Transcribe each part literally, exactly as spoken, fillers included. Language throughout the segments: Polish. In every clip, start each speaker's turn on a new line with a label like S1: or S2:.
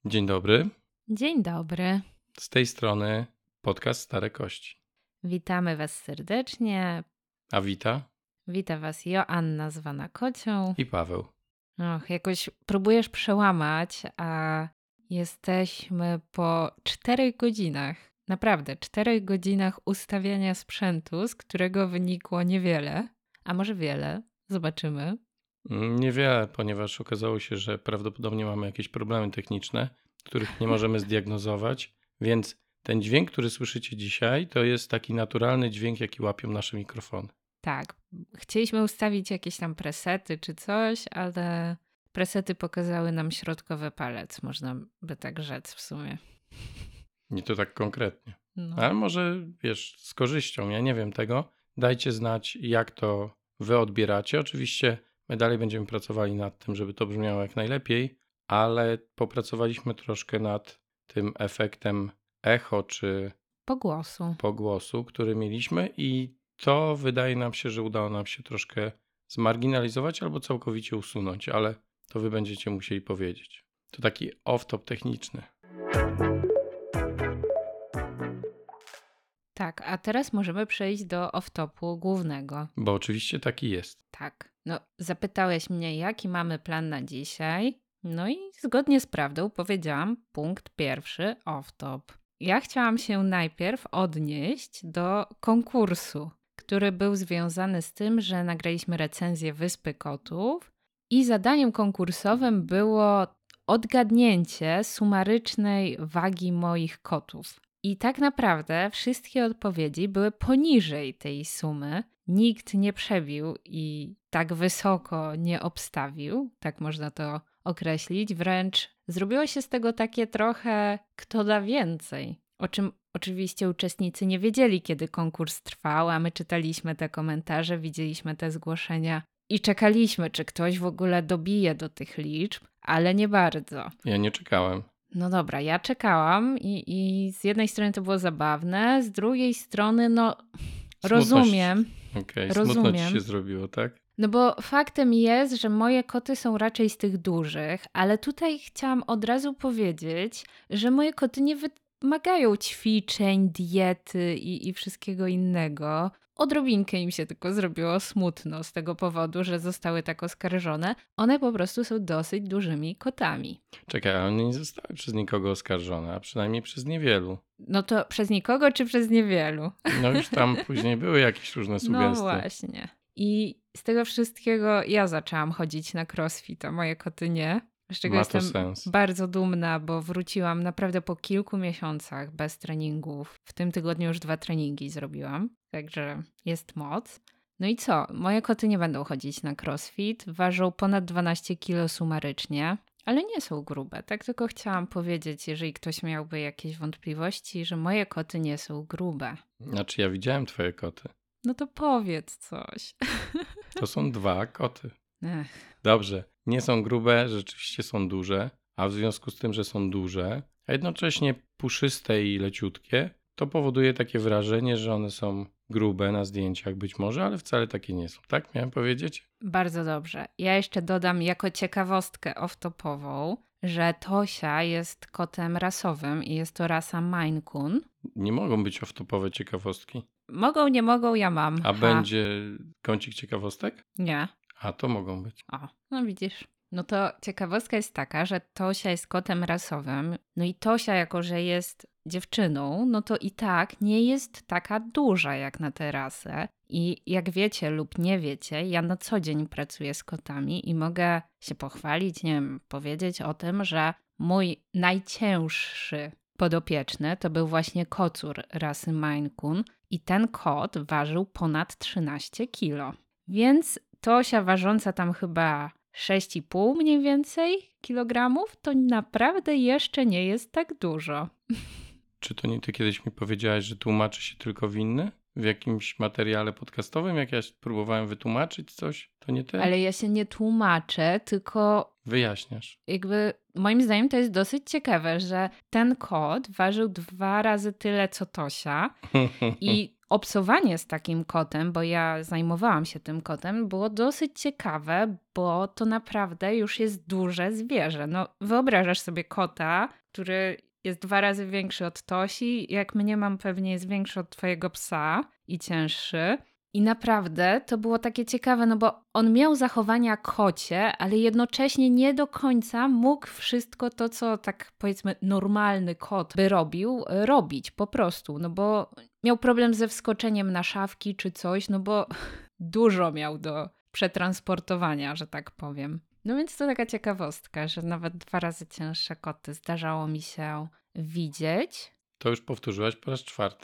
S1: Dzień dobry.
S2: Dzień dobry.
S1: Z tej strony podcast Stare Kości.
S2: Witamy Was serdecznie.
S1: A wita
S2: Wita Was Joanna zwana Kocią.
S1: i Paweł.
S2: Och, jakoś próbujesz przełamać, a jesteśmy po czterech godzinach, naprawdę czterech godzinach ustawiania sprzętu, z którego wynikło niewiele, a może wiele, zobaczymy.
S1: Niewiele, ponieważ okazało się, że prawdopodobnie mamy jakieś problemy techniczne, których nie możemy zdiagnozować, więc ten dźwięk, który słyszycie dzisiaj, to jest taki naturalny dźwięk, jaki łapią nasze mikrofony.
S2: Tak, chcieliśmy ustawić jakieś tam presety czy coś, ale presety pokazały nam środkowy palec, można by tak rzec w sumie.
S1: Nie to tak konkretnie.
S2: No.
S1: Ale może, wiesz, z korzyścią, ja nie wiem tego. Dajcie znać, jak to wy odbieracie. Oczywiście my dalej będziemy pracowali nad tym, żeby to brzmiało jak najlepiej, ale popracowaliśmy troszkę nad tym efektem echo czy
S2: Pogłosu.
S1: pogłosu, który mieliśmy i to wydaje nam się, że udało nam się troszkę zmarginalizować albo całkowicie usunąć, ale to wy będziecie musieli powiedzieć. To taki off-top techniczny.
S2: Tak, a teraz możemy przejść do off-topu głównego.
S1: Bo oczywiście taki jest.
S2: Tak, no zapytałeś mnie, jaki mamy plan na dzisiaj. No i zgodnie z prawdą powiedziałam punkt pierwszy, off-top. Ja chciałam się najpierw odnieść do konkursu, który był związany z tym, że nagraliśmy recenzję Wyspy Kotów i zadaniem konkursowym było odgadnięcie sumarycznej wagi moich kotów. I tak naprawdę wszystkie odpowiedzi były poniżej tej sumy. Nikt nie przebił i tak wysoko nie obstawił, tak można to określić. Wręcz zrobiło się z tego takie trochę kto da więcej. O czym oczywiście uczestnicy nie wiedzieli, kiedy konkurs trwał, a my czytaliśmy te komentarze, widzieliśmy te zgłoszenia i czekaliśmy, czy ktoś w ogóle dobije do tych liczb, ale nie bardzo.
S1: Ja nie czekałem.
S2: No dobra, ja czekałam i, i z jednej strony to było zabawne, z drugiej strony no rozumiem.
S1: Okej,
S2: rozumiem.
S1: Smutno ci się zrobiło, tak?
S2: No bo faktem jest, że moje koty są raczej z tych dużych, ale tutaj chciałam od razu powiedzieć, że moje koty nie wymagają ćwiczeń, diety i, i wszystkiego innego. Odrobinkę im się tylko zrobiło smutno z tego powodu, że zostały tak oskarżone. One po prostu są dosyć dużymi kotami.
S1: Czekaj, ale one nie zostały przez nikogo oskarżone, a przynajmniej przez niewielu.
S2: No to przez nikogo czy przez niewielu?
S1: No już tam później były jakieś różne sugestie.
S2: No właśnie. I z tego wszystkiego ja zaczęłam chodzić na crossfit, a moje koty nie. Z czego
S1: Ma to
S2: jestem
S1: sens.
S2: bardzo dumna, bo wróciłam naprawdę po kilku miesiącach bez treningów. W tym tygodniu już dwa treningi zrobiłam, także jest moc. No i co? Moje koty nie będą chodzić na crossfit, ważą ponad dwanaście kilo sumarycznie, ale nie są grube. Tak tylko chciałam powiedzieć, jeżeli ktoś miałby jakieś wątpliwości, że moje koty nie są grube.
S1: Znaczy ja widziałem twoje koty.
S2: No to powiedz coś.
S1: To są dwa koty.
S2: Ech.
S1: Dobrze, nie są grube, rzeczywiście są duże, a w związku z tym, że są duże, a jednocześnie puszyste i leciutkie, to powoduje takie wrażenie, że one są grube na zdjęciach być może, ale wcale takie nie są. Tak miałem powiedzieć?
S2: Bardzo dobrze. Ja jeszcze dodam jako ciekawostkę off-topową, że Tosia jest kotem rasowym i jest to rasa Maine Coon.
S1: Nie mogą być off-topowe ciekawostki.
S2: Mogą, nie mogą, ja mam.
S1: A
S2: Ha.
S1: będzie kącik ciekawostek?
S2: Nie.
S1: A to mogą być.
S2: O, no widzisz. No to ciekawostka jest taka, że Tosia jest kotem rasowym. No i Tosia, jako że jest dziewczyną, no to i tak nie jest taka duża jak na tę rasę. I jak wiecie lub nie wiecie, ja na co dzień pracuję z kotami i mogę się pochwalić, nie wiem, powiedzieć o tym, że mój najcięższy podopieczny to był właśnie kocur rasy Maine Coon i ten kot ważył ponad trzynaście kilo. Więc Tosia ważąca tam chyba sześć i pół mniej więcej kilogramów, to naprawdę jeszcze nie jest tak dużo.
S1: Czy to nie ty kiedyś mi powiedziałaś, że tłumaczy się tylko winny? W jakimś materiale podcastowym, jak ja próbowałem wytłumaczyć coś, to nie ty?
S2: Ale ja się nie tłumaczę, tylko
S1: Wyjaśniasz.
S2: jakby moim zdaniem to jest dosyć ciekawe, że ten kot ważył dwa razy tyle co Tosia i obcowanie z takim kotem, bo ja zajmowałam się tym kotem, było dosyć ciekawe, bo to naprawdę już jest duże zwierzę. No, wyobrażasz sobie kota, który jest dwa razy większy od Tosi, jak mniemam pewnie jest większy od twojego psa i cięższy. I naprawdę to było takie ciekawe, no bo on miał zachowania kocie, ale jednocześnie nie do końca mógł wszystko to, co tak powiedzmy normalny kot by robił, robić po prostu. No bo miał problem ze wskoczeniem na szafki czy coś, no bo dużo miał do przetransportowania, że tak powiem. No więc to taka ciekawostka, że nawet dwa razy cięższe koty zdarzało mi się widzieć.
S1: To już powtórzyłaś po raz czwarty.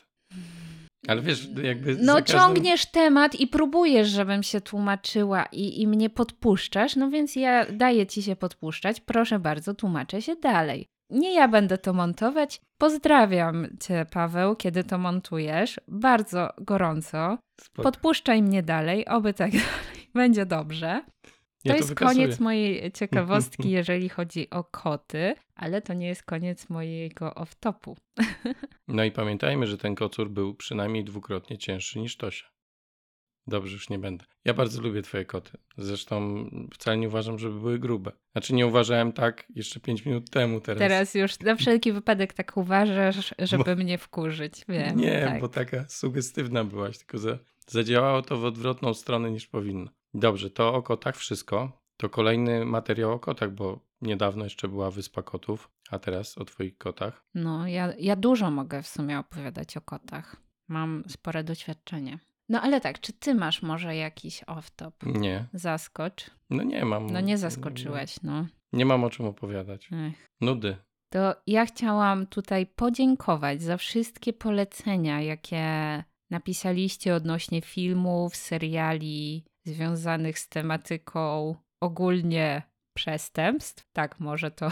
S1: Ale wiesz, jakby
S2: No
S1: za każdym...
S2: ciągniesz temat i próbujesz, żebym się tłumaczyła i, i mnie podpuszczasz, no więc ja daję ci się podpuszczać. Proszę bardzo, tłumaczę się dalej. Nie ja będę to montować. Pozdrawiam cię, Paweł, kiedy to montujesz. Bardzo gorąco.
S1: Spoko.
S2: Podpuszczaj mnie dalej, oby tak dalej. Będzie dobrze. To,
S1: Ja to
S2: jest
S1: wykasuję.
S2: koniec mojej ciekawostki, jeżeli chodzi o koty, ale to nie jest koniec mojego off-topu.
S1: No i pamiętajmy, że ten kocur był przynajmniej dwukrotnie cięższy niż Tosia. Dobrze, już nie będę. Ja bardzo lubię twoje koty. Zresztą wcale nie uważam, żeby były grube. Znaczy nie uważałem tak jeszcze pięć minut temu teraz.
S2: Teraz już na wszelki wypadek tak uważasz, żeby bo... mnie wkurzyć. Wiem,
S1: nie,
S2: tak.
S1: bo taka sugestywna byłaś, tylko za... zadziałało to w odwrotną stronę niż powinno. Dobrze, to o kotach wszystko. To kolejny materiał o kotach, bo niedawno jeszcze była Wyspa Kotów, a teraz o twoich kotach.
S2: No, ja, ja dużo mogę w sumie opowiadać o kotach. Mam spore doświadczenie. No ale tak, czy ty masz może jakiś off-top?
S1: Nie.
S2: Zaskocz.
S1: No nie mam.
S2: No nie zaskoczyłeś, no.
S1: Nie mam o czym opowiadać.
S2: Ech.
S1: Nudy.
S2: To ja chciałam tutaj podziękować za wszystkie polecenia, jakie napisaliście odnośnie filmów, seriali związanych z tematyką ogólnie przestępstw. Tak, może to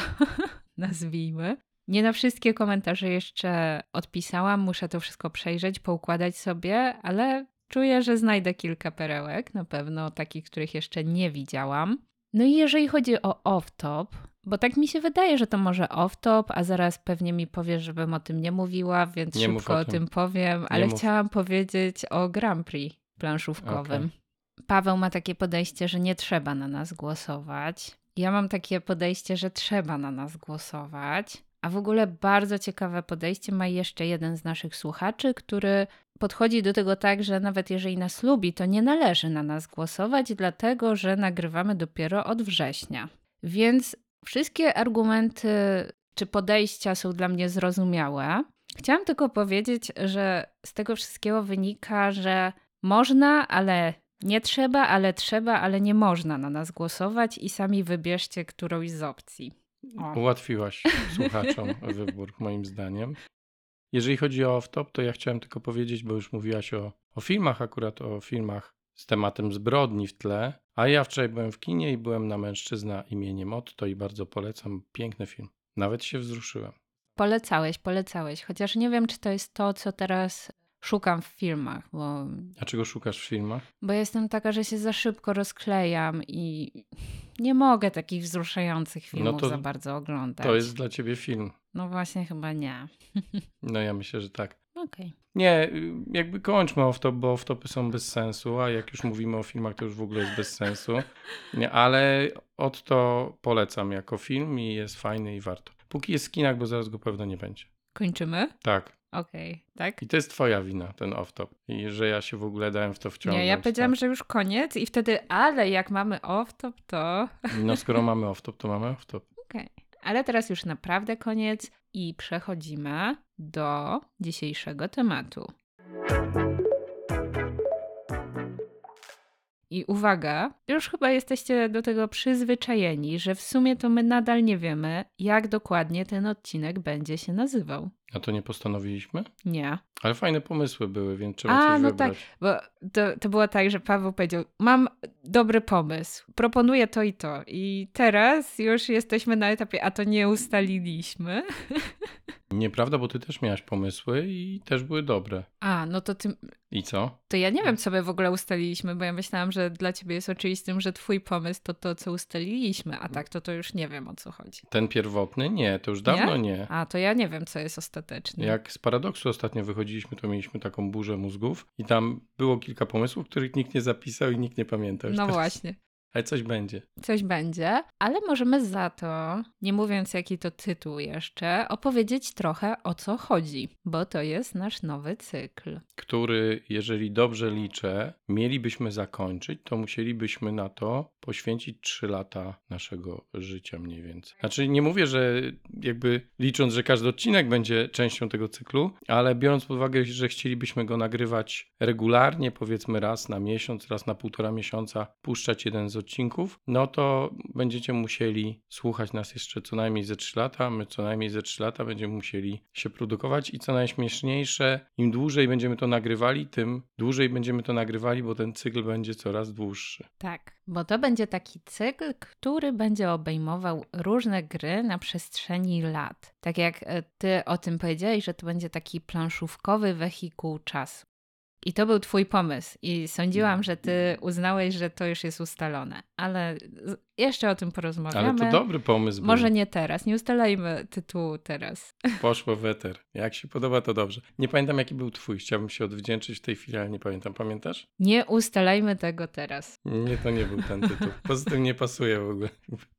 S2: nazwijmy. Nie na wszystkie komentarze jeszcze odpisałam, muszę to wszystko przejrzeć, poukładać sobie, ale czuję, że znajdę kilka perełek, na pewno takich, których jeszcze nie widziałam. No i jeżeli chodzi o off-top, bo tak mi się wydaje, że to może off-top, a zaraz pewnie mi powiesz, żebym o tym nie mówiła, więc
S1: nie
S2: szybko o, o tym powiem, ale
S1: mów.
S2: chciałam powiedzieć o Grand Prix planszówkowym. Okay. Paweł ma takie podejście, że nie trzeba na nas głosować. Ja mam takie podejście, że trzeba na nas głosować. A w ogóle bardzo ciekawe podejście ma jeszcze jeden z naszych słuchaczy, który podchodzi do tego tak, że nawet jeżeli nas lubi, to nie należy na nas głosować, dlatego że nagrywamy dopiero od września. Więc wszystkie argumenty czy podejścia są dla mnie zrozumiałe. Chciałam tylko powiedzieć, że z tego wszystkiego wynika, że można, ale nie trzeba, ale trzeba, ale nie można na nas głosować i sami wybierzcie którąś z opcji. O.
S1: Ułatwiłaś słuchaczom wybór, moim zdaniem. Jeżeli chodzi o off-top, to ja chciałem tylko powiedzieć, bo już mówiłaś o, o filmach, akurat o filmach z tematem zbrodni w tle, a ja wczoraj byłem w kinie i byłem na Mężczyzna imieniem Otto i bardzo polecam. Piękny film. Nawet się wzruszyłem.
S2: Polecałeś, polecałeś, chociaż nie wiem, czy to jest to, co teraz szukam w filmach, bo...
S1: A czego szukasz w filmach?
S2: Bo jestem taka, że się za szybko rozklejam i nie mogę takich wzruszających filmów
S1: no to,
S2: za bardzo oglądać.
S1: To jest dla ciebie film.
S2: No właśnie chyba nie.
S1: No ja myślę, że tak.
S2: Okej. Okay.
S1: Nie, jakby kończmy off-top, bo off-topy są bez sensu, a jak już mówimy o filmach, to już w ogóle jest bez sensu. Nie, ale Otto polecam jako film i jest fajny i warto. Póki jest w kinach, bo zaraz go pewno nie będzie.
S2: Kończymy?
S1: Tak.
S2: Okej, okay, tak?
S1: I to jest twoja wina, ten off-top. I że ja się w ogóle dałem w to wciągnąć.
S2: Nie, ja powiedziałam,
S1: tak.
S2: że już koniec i wtedy, ale jak mamy off-top, to...
S1: No skoro mamy off-top, to mamy off-top.
S2: Okej, okay. Ale teraz już naprawdę koniec i przechodzimy do dzisiejszego tematu. I uwaga, już chyba jesteście do tego przyzwyczajeni, że w sumie to my nadal nie wiemy, jak dokładnie ten odcinek będzie się nazywał.
S1: A to nie postanowiliśmy?
S2: Nie.
S1: Ale fajne pomysły były, więc trzeba
S2: A,
S1: coś
S2: no
S1: wybrać.
S2: tak, bo to, to było tak, że Paweł powiedział, mam dobry pomysł, proponuję to i to. I teraz już jesteśmy na etapie, a to nie ustaliliśmy.
S1: Nieprawda, bo ty też miałaś pomysły i też były dobre.
S2: A, no to ty...
S1: I co?
S2: To ja nie wiem, co my w ogóle ustaliliśmy, bo ja myślałam, że dla ciebie jest oczywistym, że twój pomysł to to, co ustaliliśmy, a tak to to już nie wiem, o co chodzi.
S1: Ten pierwotny? Nie, to już dawno nie. nie.
S2: A, to ja nie wiem, co jest ostateczne.
S1: Jak z Paradoksu ostatnio wychodziliśmy, to mieliśmy taką burzę mózgów i tam było kilka pomysłów, których nikt nie zapisał i nikt nie pamięta już
S2: No
S1: teraz.
S2: właśnie.
S1: Ale coś będzie.
S2: Coś będzie, ale możemy za to, nie mówiąc jaki to tytuł jeszcze, opowiedzieć trochę o co chodzi, bo to jest nasz nowy cykl.
S1: Który, jeżeli dobrze liczę, mielibyśmy zakończyć, to musielibyśmy na to poświęcić trzy lata naszego życia mniej więcej. Znaczy nie mówię, że jakby licząc, że każdy odcinek będzie częścią tego cyklu, ale biorąc pod uwagę, że chcielibyśmy go nagrywać regularnie, powiedzmy raz na miesiąc, raz na półtora miesiąca, puszczać jeden z odcinków, no to będziecie musieli słuchać nas jeszcze co najmniej ze trzy lata, my co najmniej ze trzy lata będziemy musieli się produkować i co najśmieszniejsze, im dłużej będziemy to nagrywali, tym dłużej będziemy to nagrywali, bo ten cykl będzie coraz dłuższy.
S2: Tak, bo to będzie taki cykl, który będzie obejmował różne gry na przestrzeni lat. Tak jak ty o tym powiedziałeś, że to będzie taki planszówkowy wehikuł czasu. I to był twój pomysł i sądziłam, że ty uznałeś, że to już jest ustalone, ale jeszcze o tym porozmawiamy.
S1: Ale to dobry pomysł był.
S2: Może nie teraz, nie ustalajmy tytułu teraz.
S1: Poszło w eter. Jak się podoba, to dobrze. Nie pamiętam, jaki był twój. Chciałbym się odwdzięczyć w tej chwili, ale nie pamiętam. Pamiętasz?
S2: Nie ustalajmy tego teraz.
S1: Nie, to nie był ten tytuł. Poza tym nie pasuje w ogóle.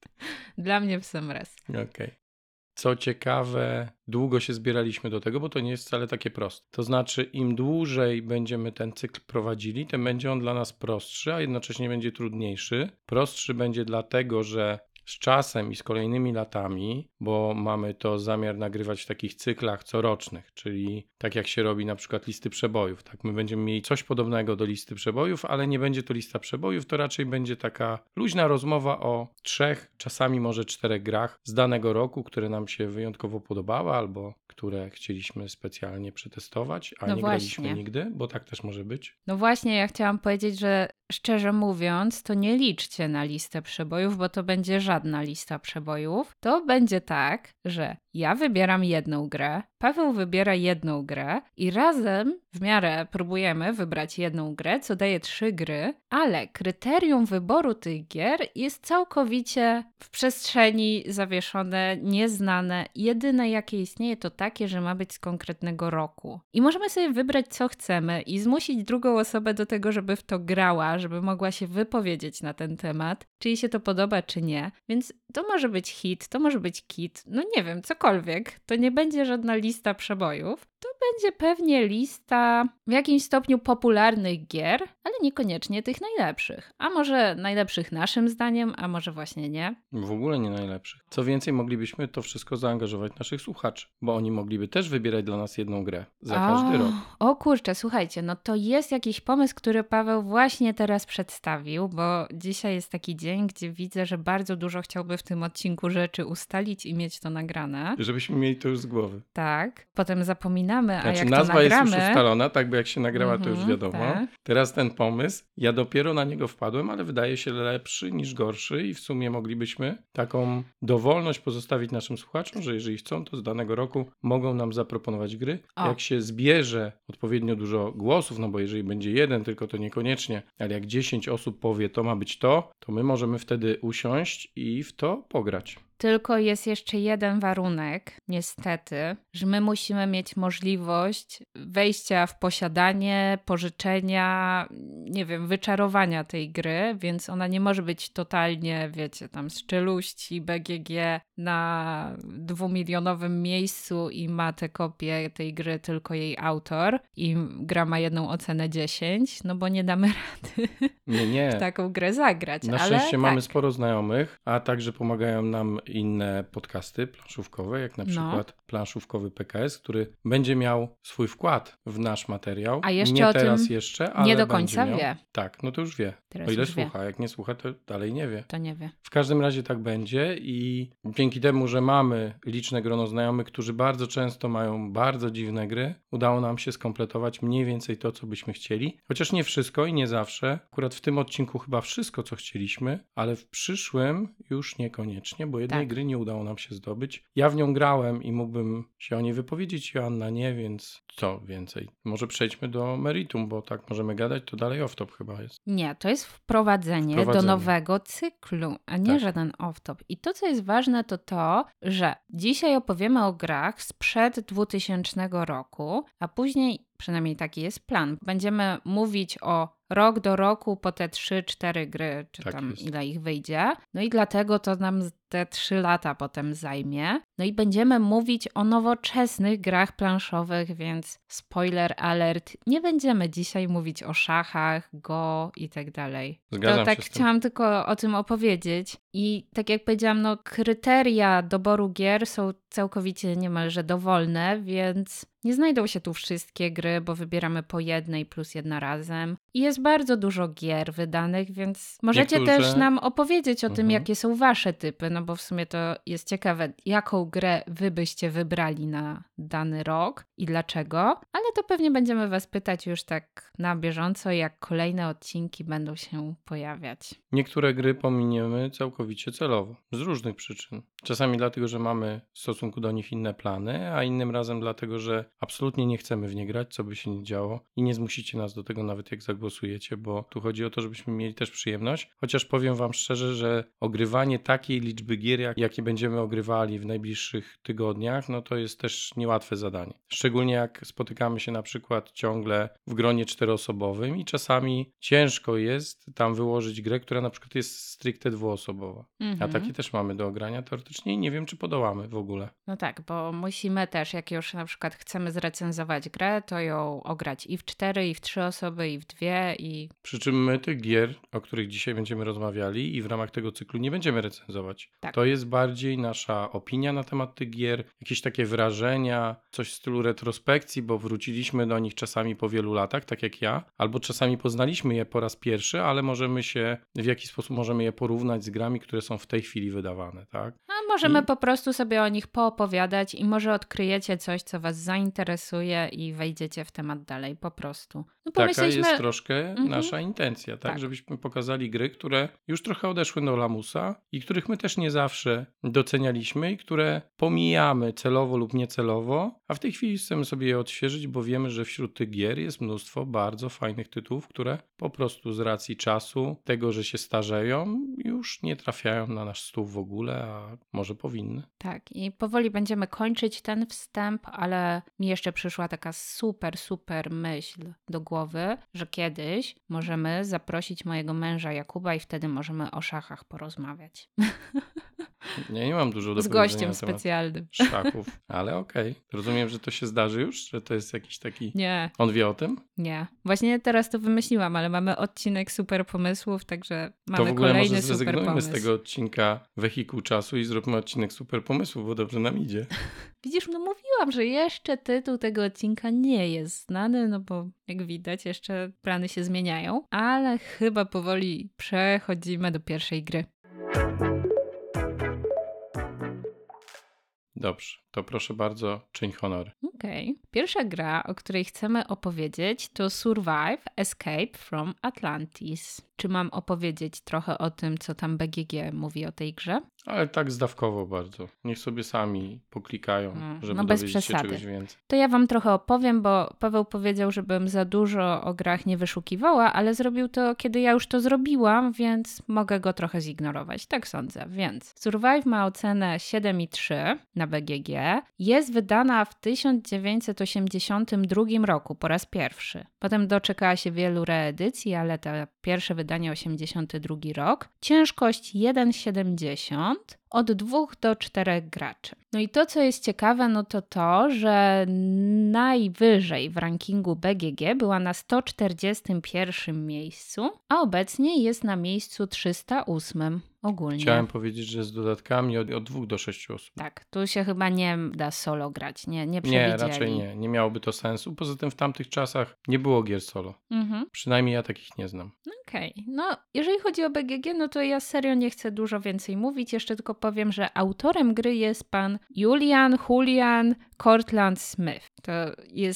S2: Dla mnie w sam raz.
S1: Okej. Okay. Co ciekawe, długo się zbieraliśmy do tego, bo to nie jest wcale takie proste. To znaczy, im dłużej będziemy ten cykl prowadzili, tym będzie on dla nas prostszy, a jednocześnie będzie trudniejszy. Prostszy będzie dlatego, że z czasem i z kolejnymi latami, bo mamy to zamiar nagrywać w takich cyklach corocznych, czyli tak jak się robi na przykład listy przebojów. Tak, my będziemy mieli coś podobnego do listy przebojów, ale nie będzie to lista przebojów, to raczej będzie taka luźna rozmowa o trzech, czasami może czterech grach z danego roku, które nam się wyjątkowo podobały albo które chcieliśmy specjalnie przetestować, a
S2: no
S1: nie
S2: właśnie.
S1: graliśmy nigdy, bo tak też może być.
S2: No właśnie, ja chciałam powiedzieć, że szczerze mówiąc, to nie liczcie na listę przebojów, bo to będzie żadna lista przebojów. To będzie tak, że ja wybieram jedną grę, Paweł wybiera jedną grę i razem w miarę próbujemy wybrać jedną grę, co daje trzy gry, ale kryterium wyboru tych gier jest całkowicie w przestrzeni zawieszone, nieznane. Jedyne jakie istnieje to takie, że ma być z konkretnego roku. I możemy sobie wybrać co chcemy i zmusić drugą osobę do tego, żeby w to grała, żeby mogła się wypowiedzieć na ten temat, czy jej się to podoba, czy nie. Więc to może być hit, to może być kit, no nie wiem, cokolwiek. To nie będzie żadna lista przebojów. To będzie pewnie lista w jakimś stopniu popularnych gier, ale niekoniecznie tych najlepszych. A może najlepszych naszym zdaniem, a może właśnie nie.
S1: W ogóle nie najlepszych. Co więcej, moglibyśmy to wszystko zaangażować naszych słuchaczy, bo oni mogliby też wybierać dla nas jedną grę za każdy
S2: o,
S1: rok.
S2: O kurczę, słuchajcie, no to jest jakiś pomysł, który Paweł właśnie teraz przedstawił, bo dzisiaj jest taki dzień, gdzie widzę, że bardzo dużo chciałby w tym odcinku rzeczy ustalić i mieć to nagrane.
S1: Żebyśmy mieli to już z głowy.
S2: Tak, potem zapominamy, a
S1: Znaczy,
S2: jak
S1: nazwa
S2: to nagramy...
S1: jest już ustalona, tak by jak się nagrała, to już
S2: Mhm,
S1: wiadomo.
S2: tak.
S1: Teraz ten pomysł, ja dopiero na niego wpadłem, ale wydaje się lepszy niż gorszy i w sumie moglibyśmy taką dowolność pozostawić naszym słuchaczom, że jeżeli chcą, to z danego roku mogą nam zaproponować gry.
S2: O.
S1: Jak się zbierze odpowiednio dużo głosów, no bo jeżeli będzie jeden, tylko to niekoniecznie, ale jak dziesięć osób powie, to ma być to, to my możemy wtedy usiąść i w to pograć.
S2: Tylko jest jeszcze jeden warunek, niestety, że my musimy mieć możliwość wejścia w posiadanie, pożyczenia, nie wiem, wyczarowania tej gry, więc ona nie może być totalnie, wiecie, tam z czeluści B G G na dwumilionowym miejscu i ma tę kopię tej gry tylko jej autor i gra ma jedną ocenę dziesięć, no bo nie damy rady
S1: Nie, nie.
S2: w taką grę zagrać.
S1: Na
S2: ale
S1: szczęście
S2: tak.
S1: mamy sporo znajomych, a także pomagają nam inne podcasty planszówkowe, jak na
S2: No.
S1: przykład planszówkowy P K S, który będzie miał swój wkład w nasz materiał.
S2: A jeszcze
S1: nie
S2: o
S1: teraz
S2: tym
S1: jeszcze, ale
S2: nie do
S1: będzie
S2: końca
S1: miał.
S2: wie.
S1: Tak, no to już wie.
S2: Teraz
S1: o ile
S2: już wie.
S1: słucha, jak nie słucha, to dalej nie wie.
S2: To nie wie.
S1: W każdym razie tak będzie i dzięki temu, że mamy liczne grono znajomych, którzy bardzo często mają bardzo dziwne gry, udało nam się skompletować mniej więcej to, co byśmy chcieli. Chociaż nie wszystko i nie zawsze. Akurat w tym odcinku chyba wszystko, co chcieliśmy, ale w przyszłym już niekoniecznie, bo jednej Żadnej
S2: Tak.
S1: gry nie udało nam się zdobyć. Ja w nią grałem i mógłbym się o niej wypowiedzieć, Joanna nie, więc co więcej. Może przejdźmy do meritum, bo tak możemy gadać, to dalej off-top chyba jest.
S2: Nie, to jest wprowadzenie, do
S1: Wprowadzenie.
S2: nowego cyklu, a nie
S1: Tak.
S2: żaden off-top. I to, co jest ważne, to to, że dzisiaj opowiemy o grach sprzed dwutysięcznego roku, a później, przynajmniej taki jest plan, będziemy mówić o rok do roku po te trzy, cztery gry, czy
S1: Tak
S2: tam
S1: jest.
S2: ile ich wyjdzie. No i dlatego to nam te trzy lata potem zajmie. No i będziemy mówić o nowoczesnych grach planszowych, więc spoiler alert, nie będziemy dzisiaj mówić o szachach, go i tak dalej.
S1: Zgadzam
S2: to tak
S1: się z tym.
S2: chciałam tylko o tym opowiedzieć. I tak jak powiedziałam, no kryteria doboru gier są całkowicie niemalże dowolne, więc nie znajdą się tu wszystkie gry, bo wybieramy po jednej plus jedna razem. I jest bardzo dużo gier wydanych, więc możecie
S1: Niektóre-
S2: też nam opowiedzieć o tym,
S1: Mhm.
S2: jakie są wasze typy, no bo w sumie to jest ciekawe, jaką grę wy byście wybrali na dany rok i dlaczego, ale to pewnie będziemy was pytać już tak na bieżąco, jak kolejne odcinki będą się pojawiać.
S1: Niektóre gry pominiemy całkowicie celowo, z różnych przyczyn. Czasami dlatego, że mamy w stosunku do nich inne plany, a innym razem dlatego, że absolutnie nie chcemy w nie grać, co by się nie działo i nie zmusicie nas do tego nawet jak zagłosujecie, bo tu chodzi o to, żebyśmy mieli też przyjemność. Chociaż powiem wam szczerze, że ogrywanie takiej liczby gier, jak, jakie będziemy ogrywali w najbliższych tygodniach, no to jest też niełatwe zadanie. Szczególnie jak spotykamy się na przykład ciągle w gronie czteroosobowym i czasami ciężko jest tam wyłożyć grę, która na przykład jest stricte dwuosobowa. A
S2: Mhm.
S1: takie też mamy do ogrania teoretycznie i nie wiem, czy podołamy w ogóle.
S2: No tak, bo musimy też, jak już na przykład chcemy zrecenzować grę, to ją ograć i w cztery, i w trzy osoby, i w dwie, i...
S1: Przy czym my tych gier, o których dzisiaj będziemy rozmawiali i w ramach tego cyklu nie będziemy recenzować.
S2: Tak.
S1: To jest bardziej nasza opinia na temat tych gier, jakieś takie wrażenia, coś w stylu retrospekcji, bo wróciliśmy do nich czasami po wielu latach, tak jak ja, albo czasami poznaliśmy je po raz pierwszy, ale możemy się, w jaki sposób możemy je porównać z grami, które są w tej chwili wydawane, tak?
S2: A możemy
S1: I-
S2: po prostu sobie o nich poopowiadać i może odkryjecie coś, co was zainteresuje i wejdziecie w temat dalej, po prostu. No
S1: Taka
S2: pomyśleliśmy...
S1: jest troszkę
S2: Mhm.
S1: nasza intencja, tak?
S2: Tak.
S1: Żebyśmy pokazali gry, które już trochę odeszły do lamusa i których my też nie zawsze docenialiśmy i które pomijamy celowo lub niecelowo, a w tej chwili chcemy sobie je odświeżyć, bo wiemy, że wśród tych gier jest mnóstwo bardzo fajnych tytułów, które po prostu z racji czasu, tego, że się starzeją, już nie trafiają na nasz stół w ogóle, a może powinny.
S2: Tak, i powoli będziemy kończyć ten wstęp, ale mi jeszcze przyszła taka super, super myśl do głowy, że kiedyś możemy zaprosić mojego męża Jakuba i wtedy możemy o szachach porozmawiać.
S1: Ja nie mam dużo do
S2: Z
S1: powiedzenia
S2: gościem
S1: na temat
S2: specjalnym.
S1: szachów, ale okej. Rozumiem, że to się zdarzy już, że to jest jakiś taki...
S2: Nie,
S1: On wie o tym?
S2: nie. Właśnie teraz to wymyśliłam, ale mamy odcinek super pomysłów, także mamy
S1: To w ogóle
S2: kolejny
S1: może
S2: super
S1: zrezygnujmy
S2: pomysł.
S1: z tego odcinka Wehikuł Czasu i zróbmy odcinek super pomysłów, bo dobrze nam idzie.
S2: Widzisz, no mówiłam, że jeszcze tytuł tego odcinka nie jest znany, no bo jak widać jeszcze plany się zmieniają, ale chyba powoli przechodzimy do pierwszej gry.
S1: Dobrze, to proszę bardzo, czyń honor.
S2: Okej. Pierwsza gra, o której chcemy opowiedzieć, to Survive Escape from Atlantis. Czy mam opowiedzieć trochę o tym, co tam B G G mówi o tej grze?
S1: Ale tak zdawkowo bardzo. Niech sobie sami poklikają,
S2: Mm,
S1: żeby
S2: no bez
S1: dowiedzieć się
S2: przesady.
S1: czegoś więcej.
S2: To ja wam trochę opowiem, bo Paweł powiedział, żebym za dużo o grach nie wyszukiwała, ale zrobił to, kiedy ja już to zrobiłam, więc mogę go trochę zignorować. Tak sądzę. Więc Survive ma ocenę siedem i trzy na B G G. Jest wydana w tysiąc dziewięćset osiemdziesiątym drugim roku po raz pierwszy. Potem doczekała się wielu reedycji, ale to pierwsze wydanie osiemdziesiąty drugi rok. Ciężkość jeden przecinek siedemdziesiąt. Od dwóch do czterech graczy. No i to, co jest ciekawe, no to to, że najwyżej w rankingu B G G była na sto czterdziestym pierwszym miejscu, a obecnie jest na miejscu trzysta ósmym ogólnie.
S1: Chciałem powiedzieć, że z dodatkami od, od dwóch do sześciu osób.
S2: Tak, tu się chyba nie da solo grać, nie, nie
S1: Nie,
S2: przewidzieli.
S1: raczej nie. Nie miałoby to sensu. Poza tym w tamtych czasach nie było gier solo.
S2: Mhm.
S1: Przynajmniej ja takich nie znam.
S2: Okej, no jeżeli chodzi o B G G, no to ja serio nie chcę dużo więcej mówić, jeszcze tylko powiem, że autorem gry jest pan Julian Julian Cortland Smith. To jest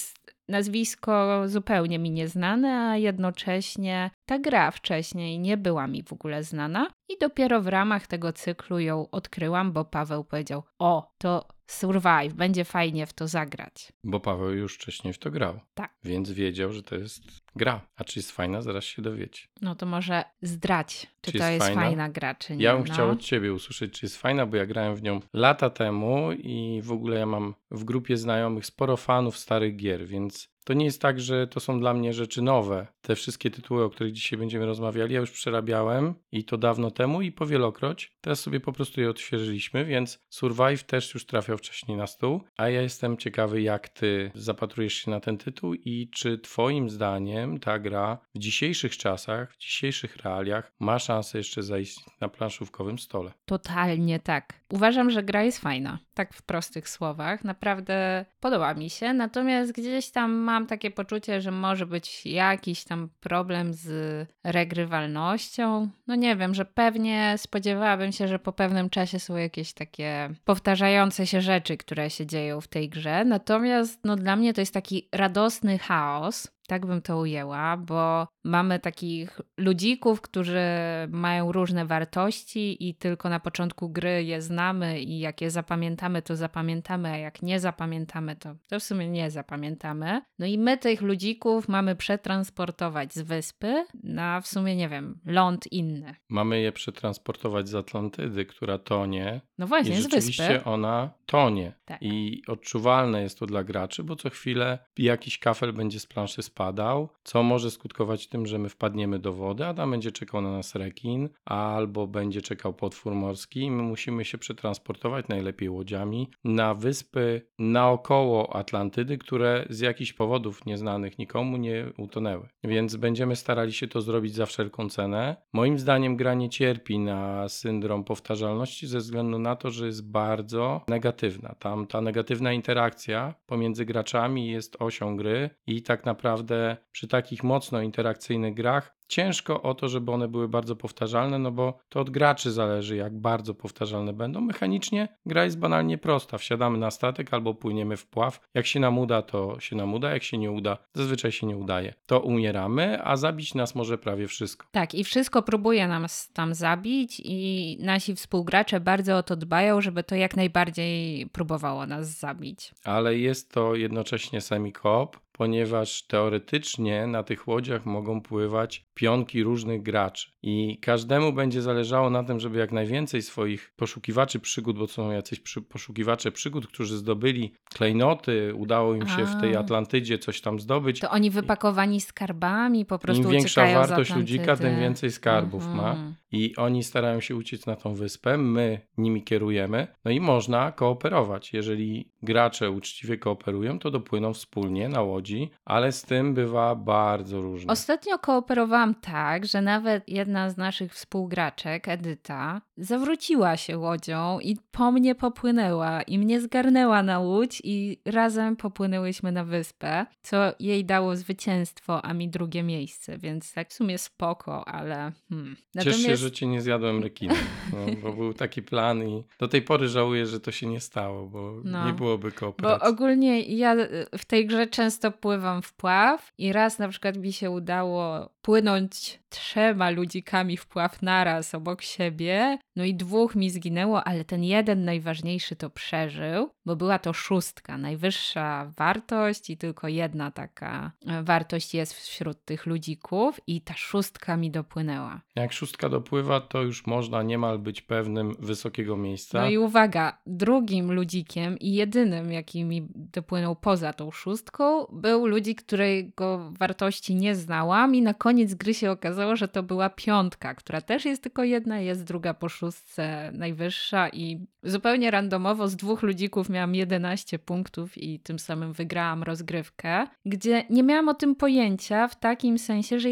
S2: nazwisko zupełnie mi nieznane, a jednocześnie ta gra wcześniej nie była mi w ogóle znana i dopiero w ramach tego cyklu ją odkryłam, bo Paweł powiedział: o, to Survive, będzie fajnie w to zagrać.
S1: Bo Paweł już wcześniej w to grał.
S2: Tak.
S1: Więc wiedział, że to jest gra. A czy jest fajna, zaraz się dowiecie.
S2: No to może zdrać, czy,
S1: Czy
S2: to
S1: jest
S2: jest
S1: fajna?
S2: fajna gra, czy nie.
S1: Ja bym
S2: no.
S1: chciał od ciebie usłyszeć, czy jest fajna, bo ja grałem w nią lata temu i w ogóle ja mam w grupie znajomych sporo fanów starych gier, więc to nie jest tak, że to są dla mnie rzeczy nowe. Te wszystkie tytuły, o których dzisiaj będziemy rozmawiali, ja już przerabiałem i to dawno temu i powielokroć. Teraz sobie po prostu je odświeżyliśmy, więc Survive też już trafiał wcześniej na stół, a ja jestem ciekawy, jak ty zapatrujesz się na ten tytuł i czy twoim zdaniem ta gra w dzisiejszych czasach, w dzisiejszych realiach ma szansę jeszcze zaistnieć na planszówkowym stole.
S2: Totalnie tak. Uważam, że gra jest fajna. Tak w prostych słowach. Naprawdę podoba mi się. Natomiast gdzieś tam mam takie poczucie, że może być jakiś tam problem z regrywalnością. No nie wiem, że pewnie spodziewałabym się, że po pewnym czasie są jakieś takie powtarzające się rzeczy, które się dzieją w tej grze. Natomiast no dla mnie to jest taki radosny chaos. Tak bym to ujęła, bo mamy takich ludzików, którzy mają różne wartości i tylko na początku gry je znamy i jak je zapamiętamy, to zapamiętamy, a jak nie zapamiętamy, to, to w sumie nie zapamiętamy. No i my tych ludzików mamy przetransportować z wyspy na w sumie, nie wiem, ląd inny.
S1: Mamy je przetransportować z Atlantydy, która tonie.
S2: No właśnie,
S1: I
S2: z wyspy.
S1: rzeczywiście ona tonie.
S2: Tak.
S1: I odczuwalne jest to dla graczy, bo co chwilę jakiś kafel będzie z planszy spadał, co może skutkować tym, że my wpadniemy do wody, a tam będzie czekał na nas rekin, albo będzie czekał potwór morski i my musimy się przetransportować, najlepiej łodziami, na wyspy naokoło Atlantydy, które z jakichś powodów nieznanych nikomu nie utonęły. Więc będziemy starali się to zrobić za wszelką cenę. Moim zdaniem gra nie cierpi na syndrom powtarzalności ze względu na to, że jest bardzo negatywna. Tam ta negatywna interakcja pomiędzy graczami jest osią gry i tak naprawdę przy takich mocno interakcyjnych grach ciężko o to, żeby one były bardzo powtarzalne, no bo to od graczy zależy, jak bardzo powtarzalne będą. Mechanicznie gra jest banalnie prosta. Wsiadamy na statek albo płyniemy w pław. Jak się nam uda, to się nam uda. Jak się nie uda, zazwyczaj się nie udaje. To umieramy, a zabić nas może prawie wszystko.
S2: Tak, i wszystko próbuje nam tam zabić i nasi współgracze bardzo o to dbają, żeby to jak najbardziej próbowało nas zabić.
S1: Ale jest to jednocześnie semi-coop, ponieważ teoretycznie na tych łodziach mogą pływać pionki różnych graczy i każdemu będzie zależało na tym, żeby jak najwięcej swoich poszukiwaczy przygód, bo są jacyś przy, poszukiwacze przygód, którzy zdobyli klejnoty, udało im się
S2: A.
S1: w tej Atlantydzie coś tam zdobyć.
S2: To oni wypakowani skarbami po prostu
S1: Im większa
S2: uciekają z
S1: wartość
S2: Atlantydy.
S1: ludzika, tym więcej skarbów ma.
S2: Mhm.
S1: I oni starają się uciec na tą wyspę, my nimi kierujemy, no i można kooperować. Jeżeli gracze uczciwie kooperują, to dopłyną wspólnie na łodzi, ale z tym bywa bardzo różnie.
S2: Ostatnio kooperowałam tak, że nawet jedna z naszych współgraczek, Edyta, zawróciła się łodzią i po mnie popłynęła i mnie zgarnęła na łódź i razem popłynęłyśmy na wyspę, co jej dało zwycięstwo, a mi drugie miejsce, więc tak w sumie spoko, ale hmm.
S1: Ciesz się, że cię nie zjadłem rekinem, no, bo był taki plan i do tej pory żałuję, że to się nie stało, bo
S2: No.
S1: nie byłoby
S2: Bo
S1: kooperacji.
S2: ogólnie ja w tej grze często pływam w pław i raz na przykład mi się udało płynąć trzema ludzikami w pław naraz obok siebie, no i dwóch mi zginęło, ale ten jeden najważniejszy to przeżył, bo była to szóstka, najwyższa wartość i tylko jedna taka wartość jest wśród tych ludzików i ta szóstka mi dopłynęła.
S1: Jak szóstka dopływa, to już można niemal być pewnym wysokiego miejsca.
S2: No i uwaga, drugim ludzikiem i jedynym, jaki mi dopłynął poza tą szóstką, był ludzik, którego wartości nie znałam i na koniec gry się okazało, że to była piątka, która też jest tylko jedna, jest druga po szóstce najwyższa i zupełnie randomowo z dwóch ludzików miałam jedenaście punktów i tym samym wygrałam rozgrywkę, gdzie nie miałam o tym pojęcia w takim sensie, że ja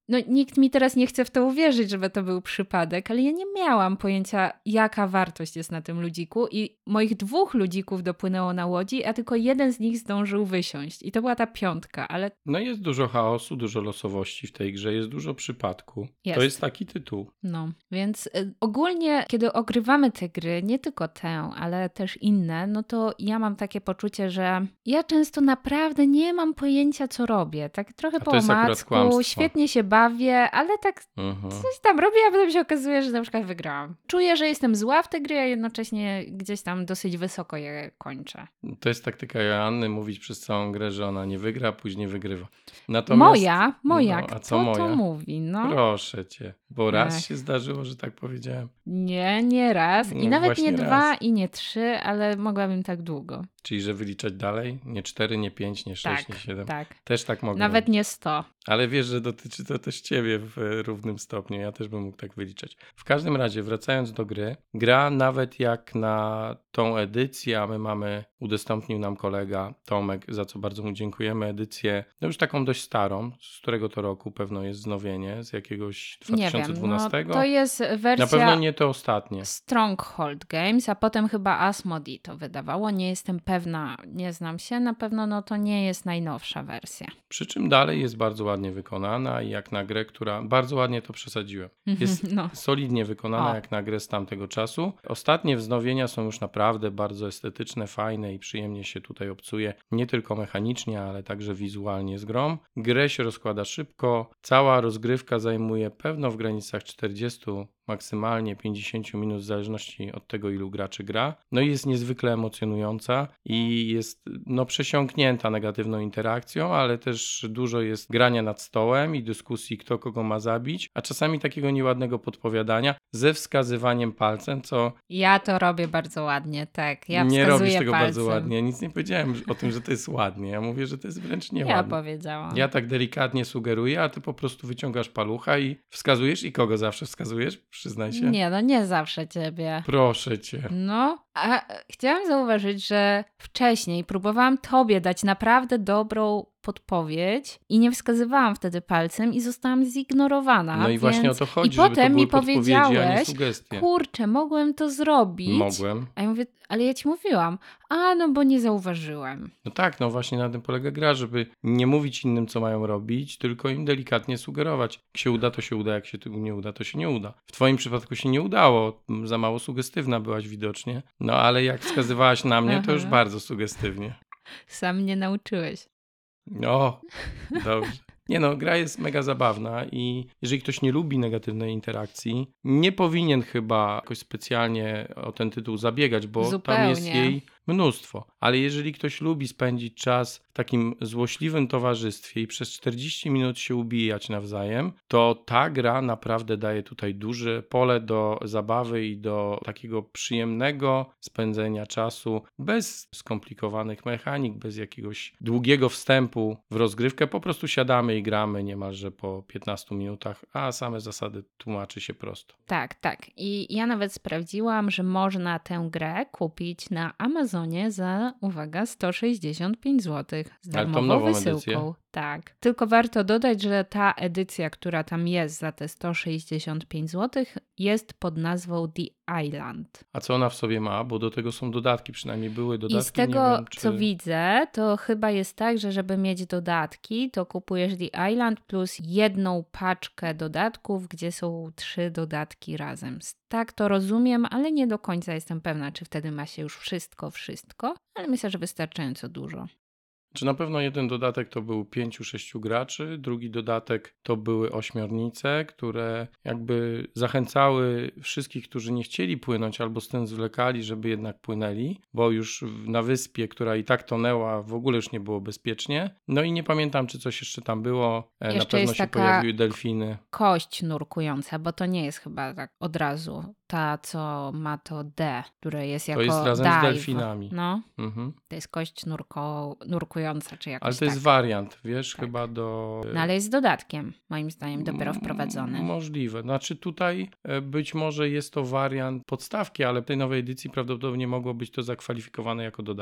S2: no nikt mi teraz nie chce w to uwierzyć, żeby to był przypadek, ale ja nie miałam pojęcia, jaka wartość jest na tym ludziku i moich dwóch ludzików dopłynęło na łodzi, a tylko jeden z nich zdążył wysiąść i to była ta piątka, ale
S1: No jest dużo chaosu, dużo losowości w tej grze, jest dużo przypadku.
S2: Jest.
S1: To jest taki tytuł.
S2: no, więc y, ogólnie, kiedy ogrywamy te gry, nie tylko tę, ale też inne, no to ja mam takie poczucie, że ja często naprawdę nie mam pojęcia, co robię. Tak trochę
S1: A
S2: po
S1: to jest akurat
S2: omacku,
S1: kłamstwo.
S2: świetnie się bawię, ale tak
S1: Mhm.
S2: coś tam robię, a potem się okazuje, że na przykład wygrałam. Czuję, że jestem zła w te gry, a jednocześnie gdzieś tam dosyć wysoko je kończę.
S1: To jest taktyka Joanny mówić przez całą grę, że ona nie wygra, a później wygrywa. Natomiast,
S2: Moja, moja,
S1: no, a
S2: kto
S1: co moja?
S2: to mówi? No.
S1: Proszę cię, bo raz
S2: Ech.
S1: się zdarzyło, że tak powiedziałem.
S2: Nie, nie raz. I
S1: No
S2: nawet
S1: właśnie
S2: nie
S1: raz.
S2: dwa i nie trzy, ale mogłabym tak długo.
S1: Czyli, że wyliczać dalej? Nie cztery, nie pięć, nie sześć,
S2: Tak,
S1: nie siedem.
S2: tak.
S1: Też tak mogę.
S2: Nawet nie sto.
S1: Ale wiesz, że dotyczy to też ciebie w e, równym stopniu. Ja też bym mógł tak wyliczać. W każdym razie, wracając do gry, gra nawet jak na tą edycję, a my mamy, udostępnił nam kolega Tomek, za co bardzo mu dziękujemy, edycję, no już taką dość starą, z którego to roku pewno jest wznowienie, z jakiegoś dwa
S2: Nie
S1: tysiące
S2: wiem, no
S1: dwunastego.
S2: to jest
S1: Na
S2: wersja
S1: pewno nie to ostatnie.
S2: Stronghold Games, a potem chyba Asmodee to wydawało. Nie jestem pewna, nie znam się. Na pewno no to nie jest najnowsza wersja.
S1: Przy czym dalej jest bardzo ładnie wykonana i jak na grę, która, bardzo ładnie to przesadziłem. Jest
S2: No.
S1: solidnie wykonana
S2: O.
S1: jak na grę z tamtego czasu. Ostatnie wznowienia są już naprawdę bardzo estetyczne, fajne i przyjemnie się tutaj obcuje, nie tylko mechanicznie, ale także wizualnie z grą. Grę się rozkłada szybko, cała rozgrywka zajmuje pewno w granicach czterdziestu, maksymalnie pięćdziesiąt minut, w zależności od tego, ilu graczy gra. No i jest niezwykle emocjonująca i jest no przesiąknięta negatywną interakcją, ale też dużo jest grania nad stołem i dyskusji, kto kogo ma zabić, a czasami takiego nieładnego podpowiadania ze wskazywaniem palcem, co
S2: Ja to robię bardzo ładnie, tak. Ja
S1: nie
S2: wskazuję
S1: robisz tego
S2: palcem.
S1: bardzo ładnie. Ja nic nie powiedziałem o tym, że to jest ładnie. Ja mówię, że to jest wręcz
S2: Ja
S1: nieładnie.
S2: powiedziałam.
S1: Ja tak delikatnie sugeruję, a ty po prostu wyciągasz palucha i wskazujesz. I kogo zawsze wskazujesz? Przyznaj się.
S2: Nie, no nie zawsze ciebie.
S1: Proszę cię.
S2: No, a e, chciałam zauważyć, że wcześniej próbowałam tobie dać naprawdę dobrą podpowiedź i nie wskazywałam wtedy palcem i zostałam zignorowana.
S1: No i
S2: więc...
S1: właśnie o to chodzi,
S2: I
S1: żeby
S2: potem
S1: to były
S2: mi
S1: podpowiedzi, a nie
S2: powiedziałeś,
S1: sugestie.
S2: kurczę, mogłem to zrobić.
S1: Mogłem.
S2: A ja mówię, ale ja ci mówiłam. A, no bo nie zauważyłem.
S1: No tak, no właśnie na tym polega gra, żeby nie mówić innym, co mają robić, tylko im delikatnie sugerować. Jak się uda, to się uda, jak się tu nie uda, to się nie uda. W twoim przypadku się nie udało, za mało sugestywna byłaś widocznie, no ale jak wskazywałaś na mnie, to już
S2: Aha.
S1: bardzo sugestywnie.
S2: Sam mnie nauczyłeś.
S1: O, dobrze. Nie no, gra jest mega zabawna i jeżeli ktoś nie lubi negatywnej interakcji, nie powinien chyba jakoś specjalnie o ten tytuł zabiegać, bo tam jest
S2: Zupełnie.
S1: jej mnóstwo. Ale jeżeli ktoś lubi spędzić czas w takim złośliwym towarzystwie i przez czterdzieści minut się ubijać nawzajem, to ta gra naprawdę daje tutaj duże pole do zabawy i do takiego przyjemnego spędzenia czasu bez skomplikowanych mechanik, bez jakiegoś długiego wstępu w rozgrywkę. Po prostu siadamy i gramy niemalże po piętnastu minutach, a same zasady tłumaczy się prosto.
S2: Tak, tak. I ja nawet sprawdziłam, że można tę grę kupić na Amazonie za, uwaga, sto sześćdziesiąt pięć złotych z
S1: Ale tą
S2: darmową
S1: nową
S2: wysyłką.
S1: edycję?
S2: Tak. Tylko warto dodać, że ta edycja, która tam jest za te sto sześćdziesiąt pięć złotych, jest pod nazwą The Island.
S1: A co ona w sobie ma? Bo do tego są dodatki, przynajmniej były dodatki.
S2: I z tego,
S1: nie wiem, czy...
S2: co widzę, to chyba jest tak, że żeby mieć dodatki, to kupujesz The Island plus jedną paczkę dodatków, gdzie są trzy dodatki razem. Tak to rozumiem, ale nie do końca jestem pewna, czy wtedy ma się już wszystko, wszystko, ale myślę, że wystarczająco dużo.
S1: Czy na pewno jeden dodatek to był pięciu, sześciu graczy, drugi dodatek to były ośmiornice, które jakby zachęcały wszystkich, którzy nie chcieli płynąć albo z tym zwlekali, żeby jednak płynęli, bo już na wyspie, która i tak tonęła, w ogóle już nie było bezpiecznie. No i nie pamiętam, czy coś jeszcze tam było. E,
S2: Jeszcze
S1: na pewno
S2: jest
S1: się
S2: taka-
S1: pojawiły delfiny.
S2: Kość nurkująca, bo to nie jest chyba tak od razu ta, co ma to D, które jest jako
S1: jest razem z
S2: dive.
S1: delfinami.
S2: No,
S1: Mhm.
S2: to jest kość nurko, nurkująca, czy jakoś
S1: Ale to jest
S2: tak.
S1: wariant, wiesz,
S2: Tak.
S1: chyba do...
S2: No ale jest z dodatkiem, moim zdaniem, dopiero
S1: M-
S2: wprowadzony.
S1: Możliwe. Znaczy tutaj e, być może jest to wariant podstawki, ale w tej nowej edycji prawdopodobnie mogło być to zakwalifikowane jako dodatek.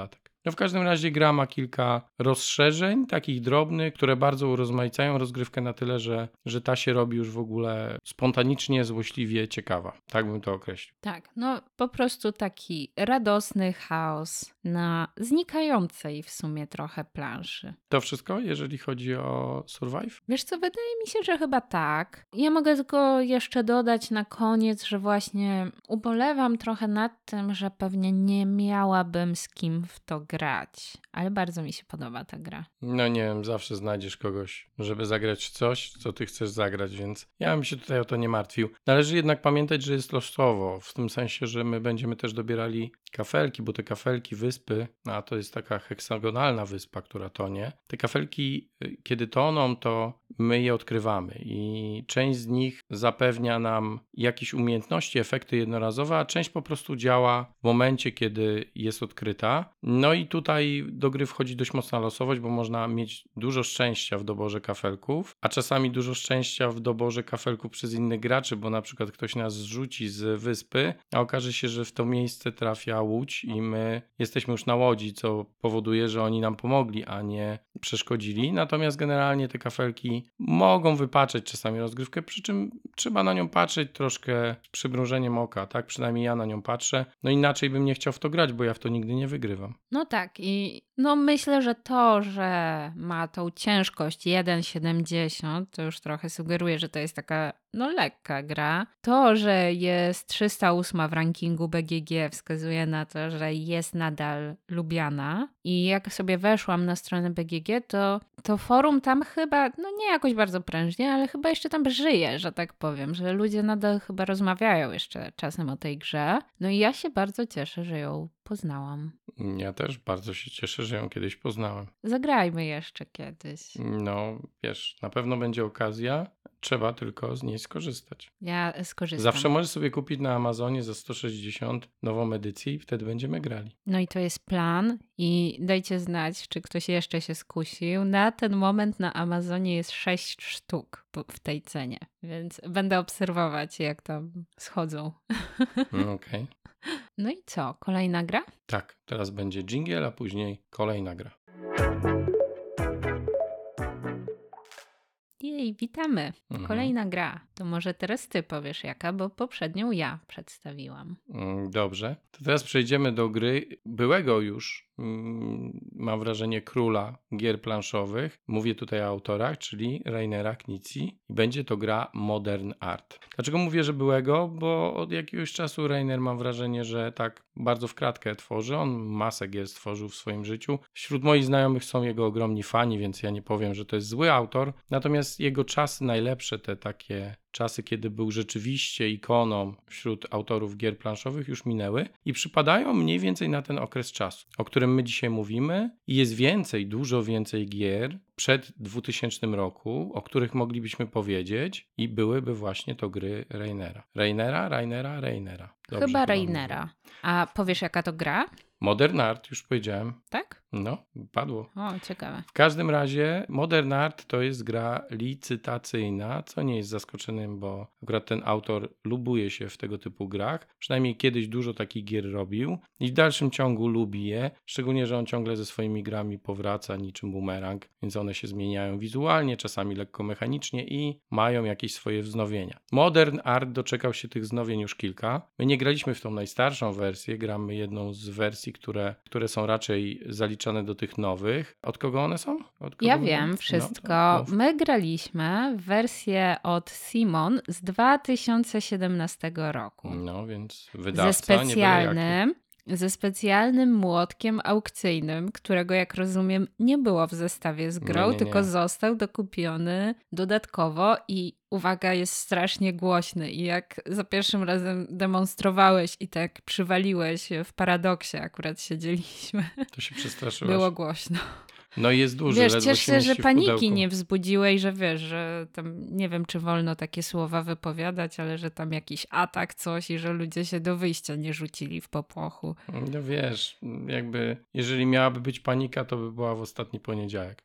S1: No w każdym razie gra ma kilka rozszerzeń, takich drobnych, które bardzo urozmaicają rozgrywkę na tyle, że, że ta się robi już w ogóle spontanicznie, złośliwie ciekawa. Tak bym to określił.
S2: Tak, no po prostu taki radosny chaos na znikającej w sumie trochę planszy.
S1: To wszystko, jeżeli chodzi o Survive?
S2: Wiesz co, wydaje mi się, że chyba tak. Ja mogę tylko jeszcze dodać na koniec, że właśnie ubolewam trochę nad tym, że pewnie nie miałabym z kim w to grać. Ale bardzo mi się podoba ta gra.
S1: No nie wiem, zawsze znajdziesz kogoś, żeby zagrać coś, co ty chcesz zagrać, więc ja bym się tutaj o to nie martwił. Należy jednak pamiętać, że jest losowo, w tym sensie, że my będziemy też dobierali kafelki, bo te kafelki wyspy, a to jest taka heksagonalna wyspa, która tonie. Te kafelki, kiedy toną, to my je odkrywamy i część z nich zapewnia nam jakieś umiejętności, efekty jednorazowe, a część po prostu działa w momencie, kiedy jest odkryta. No i tutaj do gry wchodzi dość mocna losowość, bo można mieć dużo szczęścia w doborze kafelków, a czasami dużo szczęścia w doborze kafelków przez innych graczy, bo na przykład ktoś nas zrzuci z wyspy, a okaże się, że w to miejsce trafia łódź i my jesteśmy już na łodzi, co powoduje, że oni nam pomogli, a nie przeszkodzili. Natomiast generalnie te kafelki mogą wypaczać czasami rozgrywkę, przy czym trzeba na nią patrzeć troszkę z przymrużeniem oka, tak? Przynajmniej ja na nią patrzę. No inaczej bym nie chciał w to grać, bo ja w to nigdy nie wygrywam.
S2: No tak i no myślę, że to, że ma tą ciężkość jeden przecinek siedemdziesiąt, to już trochę sugeruje, że to jest taka no lekka gra. To, że jest trzysta ósma w rankingu B G G wskazuje na to, że jest nadal lubiana i jak sobie weszłam na stronę B G G, to to forum tam chyba, no nie jakoś bardzo prężnie, ale chyba jeszcze tam żyje, że tak powiem, że ludzie nadal chyba rozmawiają jeszcze czasem o tej grze. No i ja się bardzo cieszę, że ją poznałam.
S1: Ja też bardzo się cieszę, że ją kiedyś poznałem.
S2: Zagrajmy jeszcze kiedyś.
S1: No, wiesz, na pewno będzie okazja, trzeba tylko z niej skorzystać.
S2: Ja skorzystam.
S1: Zawsze możesz sobie kupić na Amazonie za sto sześćdziesiąt nową edycję i wtedy będziemy grali.
S2: No i to jest plan i dajcie znać, czy ktoś jeszcze się skusił. Na ten moment na Amazonie jest sześć sztuk w tej cenie, więc będę obserwować, jak tam schodzą.
S1: Okej. Okay.
S2: No i co? Kolejna gra?
S1: Tak, teraz będzie dżingiel, a później kolejna gra.
S2: Jej, witamy.
S1: Mhm.
S2: Kolejna gra. To może teraz ty powiesz jaka, bo poprzednią ja przedstawiłam.
S1: Dobrze. To teraz przejdziemy do gry byłego już, mam wrażenie, króla gier planszowych. Mówię tutaj o autorach, czyli Rainera Knizzi. I będzie to gra Modern Art. Dlaczego mówię, że byłego? Bo od jakiegoś czasu Rainer, mam wrażenie, że tak bardzo w kratkę tworzy. On masę gier stworzył w swoim życiu. Wśród moich znajomych są jego ogromni fani, więc ja nie powiem, że to jest zły autor. Natomiast jego czasy najlepsze, te takie czasy, kiedy był rzeczywiście ikoną wśród autorów gier planszowych, już minęły i przypadają mniej więcej na ten okres czasu, o którym my dzisiaj mówimy. I jest więcej, dużo więcej gier przed dwutysięcznym roku, o których moglibyśmy powiedzieć i byłyby właśnie to gry Rainera. Rainera, Rainera, Rainera. Dobrze
S2: chyba Rainera. A powiesz jaka to gra?
S1: Modern Art, już powiedziałem.
S2: Tak?
S1: No, padło.
S2: O, ciekawe.
S1: W każdym razie Modern Art to jest gra licytacyjna, co nie jest zaskoczeniem, bo akurat ten autor lubuje się w tego typu grach. Przynajmniej kiedyś dużo takich gier robił i w dalszym ciągu lubi je, szczególnie, że on ciągle ze swoimi grami powraca niczym bumerang, więc one się zmieniają wizualnie, czasami lekko mechanicznie i mają jakieś swoje wznowienia. Modern Art doczekał się tych wznowień już kilka. My nie graliśmy w tą najstarszą wersję, gramy jedną z wersji, które, które są raczej zaliczone do tych nowych. Od kogo one są? Od kogo
S2: ja
S1: one?
S2: wiem wszystko.
S1: No, to...
S2: My graliśmy w wersję od Simon z dwa tysiące siedemnastego roku.
S1: No, więc wydawca
S2: Ze specjalnym, ze specjalnym młotkiem aukcyjnym, którego jak rozumiem nie było w zestawie z grą,
S1: nie, nie, nie.
S2: tylko został dokupiony dodatkowo i uwaga, jest strasznie głośny i jak za pierwszym razem demonstrowałeś i tak przywaliłeś w Paradoksie, akurat siedzieliśmy,
S1: to się przestraszyłeś.
S2: było głośno.
S1: No i jest duży.
S2: Wiesz, ciesz się, że paniki
S1: pudełku.
S2: nie wzbudziłeś, że wiesz, że tam nie wiem, czy wolno takie słowa wypowiadać, ale że tam jakiś atak, coś i że ludzie się do wyjścia nie rzucili w popłochu.
S1: No wiesz, jakby jeżeli miałaby być panika, to by była w ostatni poniedziałek.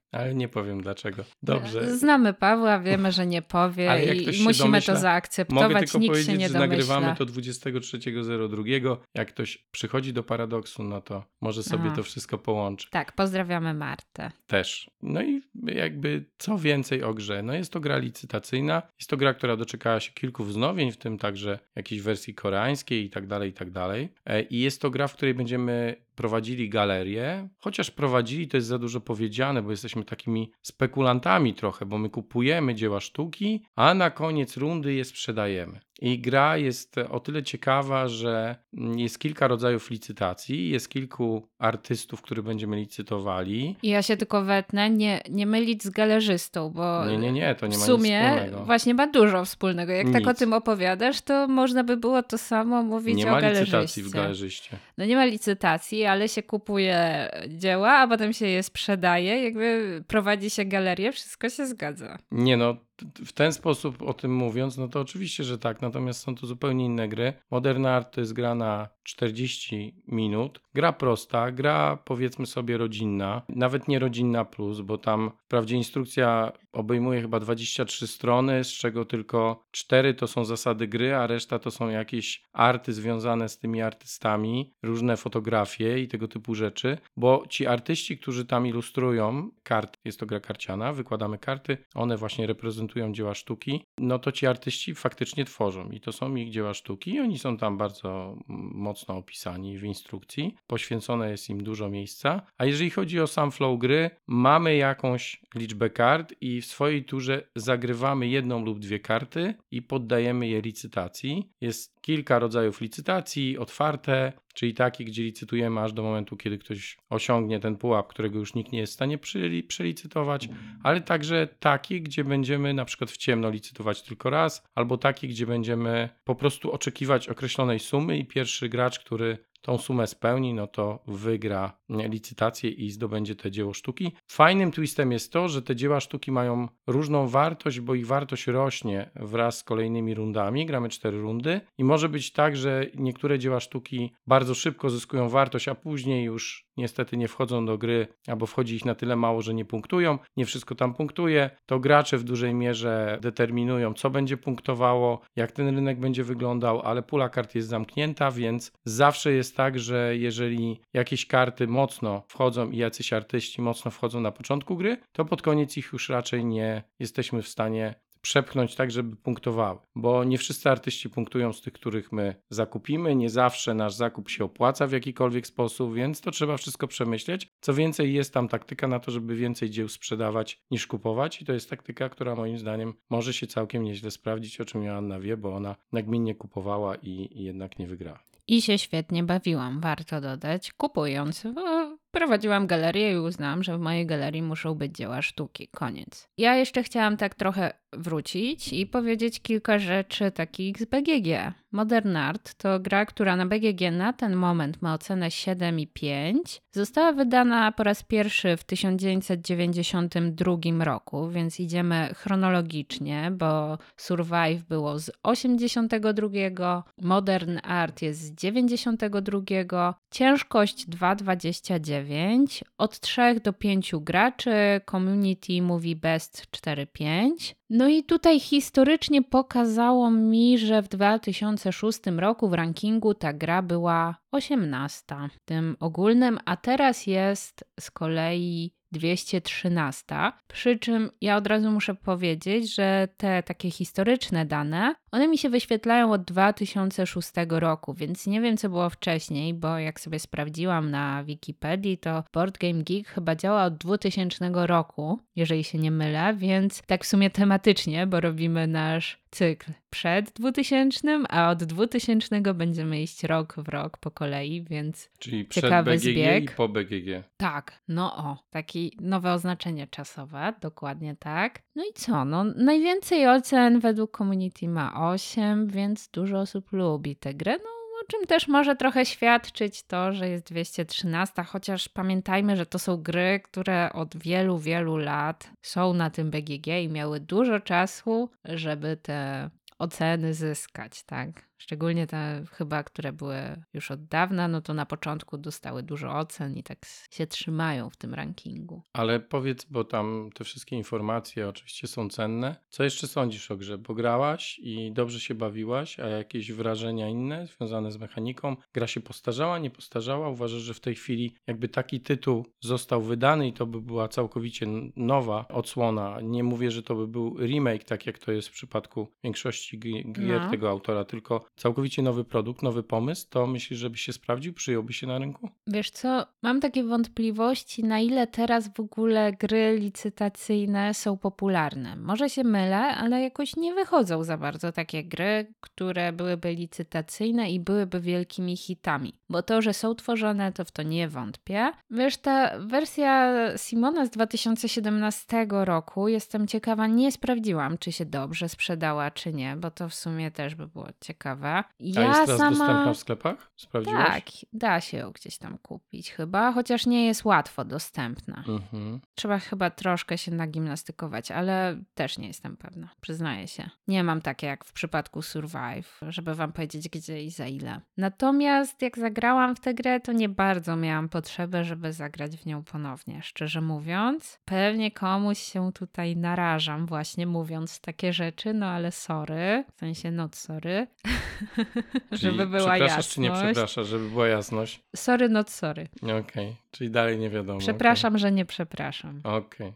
S1: Ale nie powiem dlaczego. Dobrze.
S2: Znamy Pawła, wiemy, że nie powie
S1: Ale jak
S2: i
S1: ktoś się
S2: musimy
S1: domyśla,
S2: to
S1: mogę
S2: zaakceptować.
S1: tylko
S2: Nikt się
S1: powiedzieć,
S2: nie
S1: że nagrywamy
S2: domyśla.
S1: to dwudziestego trzeciego zero drugiego. Jak ktoś przychodzi do Paradoksu, no to może sobie
S2: A.
S1: to wszystko połączy.
S2: Tak, pozdrawiamy Martę.
S1: Też. No i jakby co więcej o grze. No jest to gra licytacyjna. Jest to gra, która doczekała się kilku wznowień, w tym także jakiejś wersji koreańskiej i tak dalej, i tak dalej. E, I jest to gra, w której będziemy prowadzili galerię, chociaż prowadzili to jest za dużo powiedziane, bo jesteśmy takimi spekulantami trochę, bo my kupujemy dzieła sztuki, a na koniec rundy je sprzedajemy. I gra jest o tyle ciekawa, że jest kilka rodzajów licytacji, jest kilku artystów, których będziemy licytowali.
S2: I ja się tylko wetnę, nie, nie mylić z galerzystą, bo
S1: Nie, nie, nie, to nie
S2: w
S1: ma
S2: sumie
S1: nic wspólnego.
S2: właśnie ma dużo wspólnego. Jak tak o
S1: Nic.
S2: tym opowiadasz, to można by było to samo mówić
S1: Nie
S2: o
S1: ma
S2: galerzyście.
S1: licytacji w galerzyście.
S2: No nie ma licytacji, ale się kupuje dzieła, a potem się je sprzedaje, jakby prowadzi się galerię, wszystko się zgadza.
S1: Nie no, t- w ten sposób o tym mówiąc, no to oczywiście, że tak, natomiast są to zupełnie inne gry. Modern Art to jest gra na czterdzieści minut, gra prosta, gra powiedzmy sobie rodzinna, nawet nie rodzinna plus, bo tam wprawdzie instrukcja obejmuje chyba dwadzieścia trzy strony, z czego tylko cztery to są zasady gry, a reszta to są jakieś arty związane z tymi artystami, różne fotografie i tego typu rzeczy, bo ci artyści, którzy tam ilustrują karty, jest to gra karciana, wykładamy karty, one właśnie reprezentują dzieła sztuki, no to ci artyści faktycznie tworzą i to są ich dzieła sztuki i oni są tam bardzo mocno opisani w instrukcji, poświęcone jest im dużo miejsca, a jeżeli chodzi o sam flow gry, mamy jakąś liczbę kart i w swojej turze zagrywamy jedną lub dwie karty i poddajemy je licytacji. Jest kilka rodzajów licytacji, otwarte, czyli takie, gdzie licytujemy aż do momentu, kiedy ktoś osiągnie ten pułap, którego już nikt nie jest w stanie przyli- przelicytować, ale także takie, gdzie będziemy na przykład w ciemno licytować tylko raz, albo takie, gdzie będziemy po prostu oczekiwać określonej sumy i pierwszy gracz, który tą sumę spełni, no to wygra licytację i zdobędzie to dzieło sztuki. Fajnym twistem jest to, że te dzieła sztuki mają różną wartość, bo ich wartość rośnie wraz z kolejnymi rundami. Gramy cztery rundy i może być tak, że niektóre dzieła sztuki bardzo szybko zyskują wartość, a później już niestety nie wchodzą do gry, albo wchodzi ich na tyle mało, że nie punktują. Nie wszystko tam punktuje. To gracze w dużej mierze determinują, co będzie punktowało, jak ten rynek będzie wyglądał, ale pula kart jest zamknięta, więc zawsze jest tak, że jeżeli jakieś karty mocno wchodzą i jacyś artyści mocno wchodzą na początku gry, to pod koniec ich już raczej nie jesteśmy w stanie przepchnąć tak, żeby punktowały, bo nie wszyscy artyści punktują z tych, których my zakupimy, nie zawsze nasz zakup się opłaca w jakikolwiek sposób, więc to trzeba wszystko przemyśleć. Co więcej, jest tam taktyka na to, żeby więcej dzieł sprzedawać niż kupować i to jest taktyka, która moim zdaniem może się całkiem nieźle sprawdzić, o czym Joanna wie, bo ona nagminnie kupowała i, i jednak nie wygrała.
S2: I się świetnie bawiłam, warto dodać, kupując, bo prowadziłam galerię i uznałam, że w mojej galerii muszą być dzieła sztuki. Koniec. Ja jeszcze chciałam tak trochę wrócić i powiedzieć kilka rzeczy takich z B G G. Modern Art to gra, która na B G G na ten moment ma ocenę siedem i pięć. Została wydana po raz pierwszy w tysiąc dziewięćset dziewięćdziesiątym drugim roku, więc idziemy chronologicznie, bo Survive było z osiemdziesiątego drugiego, Modern Art jest z dziewięćdziesiątego drugiego, ciężkość dwa dwadzieścia dziewięć, od trzech do pięciu graczy, community mówi best cztery pięć. No i tutaj historycznie pokazało mi, że w dwa tysiące szóstym roku w rankingu ta gra była osiemnasta, tym ogólnym, a teraz jest z kolei dwieście trzynaście, przy czym ja od razu muszę powiedzieć, że te takie historyczne dane, one mi się wyświetlają od dwa tysiące szóstego roku, więc nie wiem co było wcześniej, bo jak sobie sprawdziłam na Wikipedii, to Board Game Geek chyba działa od dwutysięcznego roku, jeżeli się nie mylę, więc tak w sumie tematycznie, bo robimy nasz cykl przed dwutysięcznym, a od dwutysięcznego będziemy iść rok w rok po kolei, więc
S1: Czyli przed
S2: ciekawy
S1: B G G
S2: zbieg.
S1: i po B G G.
S2: Tak, no o, takie nowe oznaczenie czasowe, dokładnie tak. No i co, no najwięcej ocen według community ma osiem, więc dużo osób lubi tę grę, no o czym też może trochę świadczyć to, że jest dwieście trzynaście, chociaż pamiętajmy, że to są gry, które od wielu, wielu lat są na tym B G G i miały dużo czasu, żeby te oceny zyskać, tak? Szczególnie te chyba, które były już od dawna, no to na początku dostały dużo ocen i tak się trzymają w tym rankingu.
S1: Ale powiedz, bo tam te wszystkie informacje oczywiście są cenne. Co jeszcze sądzisz o grze? Bo grałaś i dobrze się bawiłaś, a jakieś wrażenia inne związane z mechaniką? Gra się postarzała, nie postarzała? Uważasz, że w tej chwili jakby taki tytuł został wydany i to by była całkowicie n- nowa odsłona. Nie mówię, że to by był remake, tak jak to jest w przypadku większości gi- gier
S2: No.
S1: tego autora, tylko całkowicie nowy produkt, nowy pomysł. To myślisz, żeby się sprawdził, przyjąłby się na rynku?
S2: Wiesz co, mam takie wątpliwości, na ile teraz w ogóle gry licytacyjne są popularne. Może się mylę, ale jakoś nie wychodzą za bardzo takie gry, które byłyby licytacyjne i byłyby wielkimi hitami. Bo to, że są tworzone, to w to nie wątpię. Wiesz, ta wersja Simona z dwa tysiące siedemnastego roku, jestem ciekawa, nie sprawdziłam, czy się dobrze sprzedała, czy nie, bo to w sumie też by było ciekawe.
S1: A
S2: Ja
S1: jest teraz
S2: sama...
S1: dostępna w sklepach? Sprawdziłaś?
S2: Tak, da się ją gdzieś tam kupić chyba, chociaż nie jest łatwo dostępna.
S1: Mhm.
S2: Trzeba chyba troszkę się nagimnastykować, ale też nie jestem pewna, przyznaję się. Nie mam takie jak w przypadku Survive, żeby wam powiedzieć gdzie i za ile. Natomiast jak zagrałam w tę grę, to nie bardzo miałam potrzebę, żeby zagrać w nią ponownie, szczerze mówiąc. Pewnie komuś się tutaj narażam właśnie mówiąc takie rzeczy, no ale sorry, w sensie not sorry, żeby
S1: Czyli
S2: była
S1: przepraszasz
S2: jasność.
S1: czy nie przepraszasz, żeby była jasność?
S2: Sorry, not sorry.
S1: Okej, czyli dalej nie wiadomo.
S2: Przepraszam, że nie przepraszam.
S1: Okej.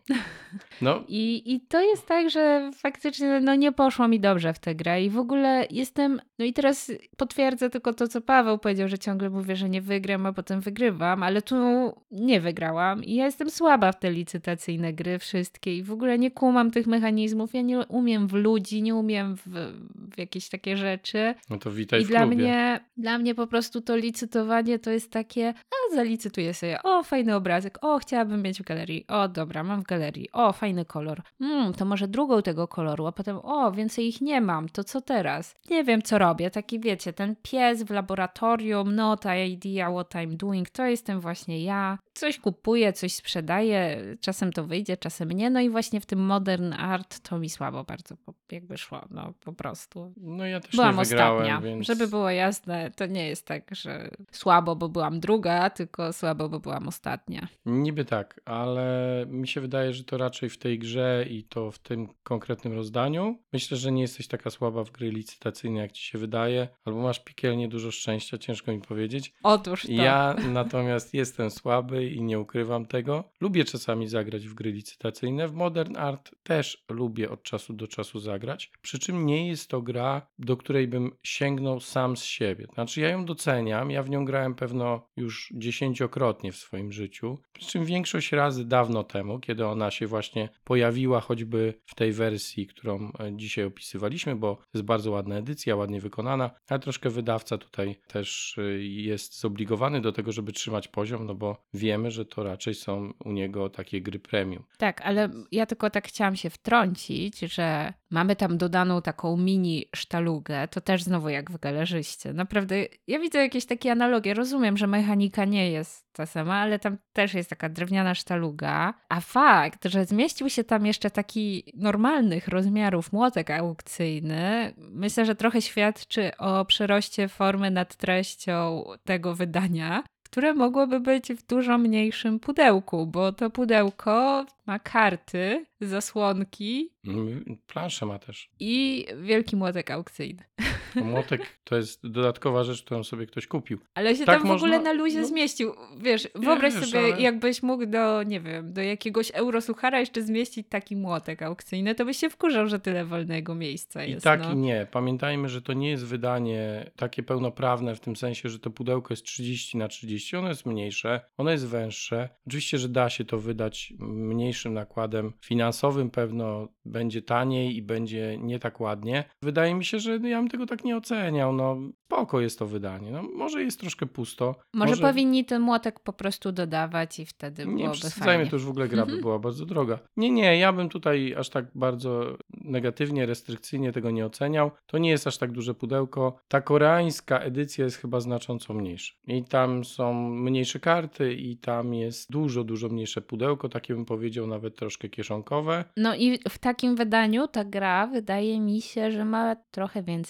S1: No,
S2: I, I to jest tak, że faktycznie no nie poszło mi dobrze w tę grę i w ogóle jestem, no i teraz potwierdzę tylko to, co Paweł powiedział, że ciągle mówię, że nie wygram, a potem wygrywam, ale tu nie wygrałam i ja jestem słaba w te licytacyjne gry wszystkie i w ogóle nie kumam tych mechanizmów, ja nie umiem w ludzi, nie umiem w, w jakieś takie rzeczy.
S1: no to witaj
S2: I
S1: w
S2: dla
S1: klubie.
S2: mnie, dla mnie po prostu to licytowanie to jest takie, a zalicytuję sobie, o fajny obrazek, o chciałabym mieć w galerii, o dobra, mam w galerii, o fajny kolor, hmm, to może drugą tego koloru, a potem o więcej ich nie mam, to co teraz? Nie wiem co robię, taki wiecie, ten pies w laboratorium, not idea what I'm doing, to jestem właśnie ja, coś kupuję, coś sprzedaję, czasem to wyjdzie, czasem nie, no i właśnie w tym modern art to mi słabo bardzo po- jakby szło, no po prostu.
S1: No ja też
S2: Byłam
S1: nie wygrałem,
S2: ostatnia,
S1: więc...
S2: żeby było jasne, to nie jest tak, że słabo, bo byłam druga, tylko słabo, bo byłam ostatnia.
S1: Niby tak, ale mi się wydaje, że to raczej w tej grze i to w tym konkretnym rozdaniu. Myślę, że nie jesteś taka słaba w gry licytacyjne, jak ci się wydaje, albo masz piekielnie dużo szczęścia, ciężko mi powiedzieć.
S2: Otóż to.
S1: Ja natomiast jestem słaby i nie ukrywam tego. Lubię czasami zagrać w gry licytacyjne. W Modern Art też lubię od czasu do czasu zagrać. Przy czym nie jest to gra, do której bym sięgnął sam z siebie. Znaczy ja ją doceniam, ja w nią grałem pewno już dziesięciokrotnie w swoim życiu. Przy czym większość razy dawno temu, kiedy ona się właśnie pojawiła choćby w tej wersji, którą e, dzisiaj opisywaliśmy, bo to jest bardzo ładna edycja, ładnie wykonana, ale troszkę wydawca tutaj też e, jest zobligowany do tego, żeby trzymać poziom, no bo wiemy, że to raczej są u niego takie gry premium.
S2: Tak, ale ja tylko tak chciałam się wtrącić, że mamy tam dodaną taką mini sztalugę, to też znowu jak w galerzyście. Naprawdę, ja widzę jakieś takie analogie, rozumiem, że mechanika nie jest ta sama, ale tam też jest taka drewniana sztaluga, a fakt, że zmieścił się tam jeszcze taki normalnych rozmiarów młotek aukcyjny, myślę, że trochę świadczy o przyroście formy nad treścią tego wydania, które mogłoby być w dużo mniejszym pudełku, bo to pudełko ma karty, zasłonki
S1: Mm, Planszę ma też.
S2: i wielki młotek aukcyjny.
S1: Bo młotek to jest dodatkowa rzecz, którą sobie ktoś kupił.
S2: Ale się
S1: Tak
S2: tam w
S1: można-
S2: ogóle na luzie
S1: no.
S2: zmieścił. Wiesz, wyobraź
S1: Wiesz,
S2: sobie,
S1: ale-
S2: jakbyś mógł do, nie wiem, do jakiegoś eurosuchara jeszcze zmieścić taki młotek aukcyjny, to byś się wkurzał, że tyle wolnego miejsca
S1: I
S2: jest.
S1: tak
S2: no.
S1: i nie. Pamiętajmy, że to nie jest wydanie takie pełnoprawne w tym sensie, że to pudełko jest trzydzieści na trzydzieści. Ono jest mniejsze, ono jest węższe. Oczywiście, że da się to wydać mniejszym nakładem finansowym, pewno będzie taniej i będzie nie tak ładnie. Wydaje mi się, że ja bym tego tak nie oceniał. No spoko jest to wydanie. No, może jest troszkę pusto.
S2: Może, powinni ten młotek po prostu dodawać i wtedy
S1: Nie
S2: byłoby
S1: przesadzajmy,
S2: fajnie.
S1: to już w ogóle gra by
S2: Mhm.
S1: była bardzo droga. Nie, nie, ja bym tutaj aż tak bardzo negatywnie, restrykcyjnie tego nie oceniał. To nie jest aż tak duże pudełko. Ta koreańska edycja jest chyba znacząco mniejsza. I tam są mniejsze karty i tam jest dużo, dużo mniejsze pudełko, takie bym powiedział nawet troszkę kieszonkowe.
S2: No i w takim wydaniu ta gra wydaje mi się, że ma trochę więcej sensu.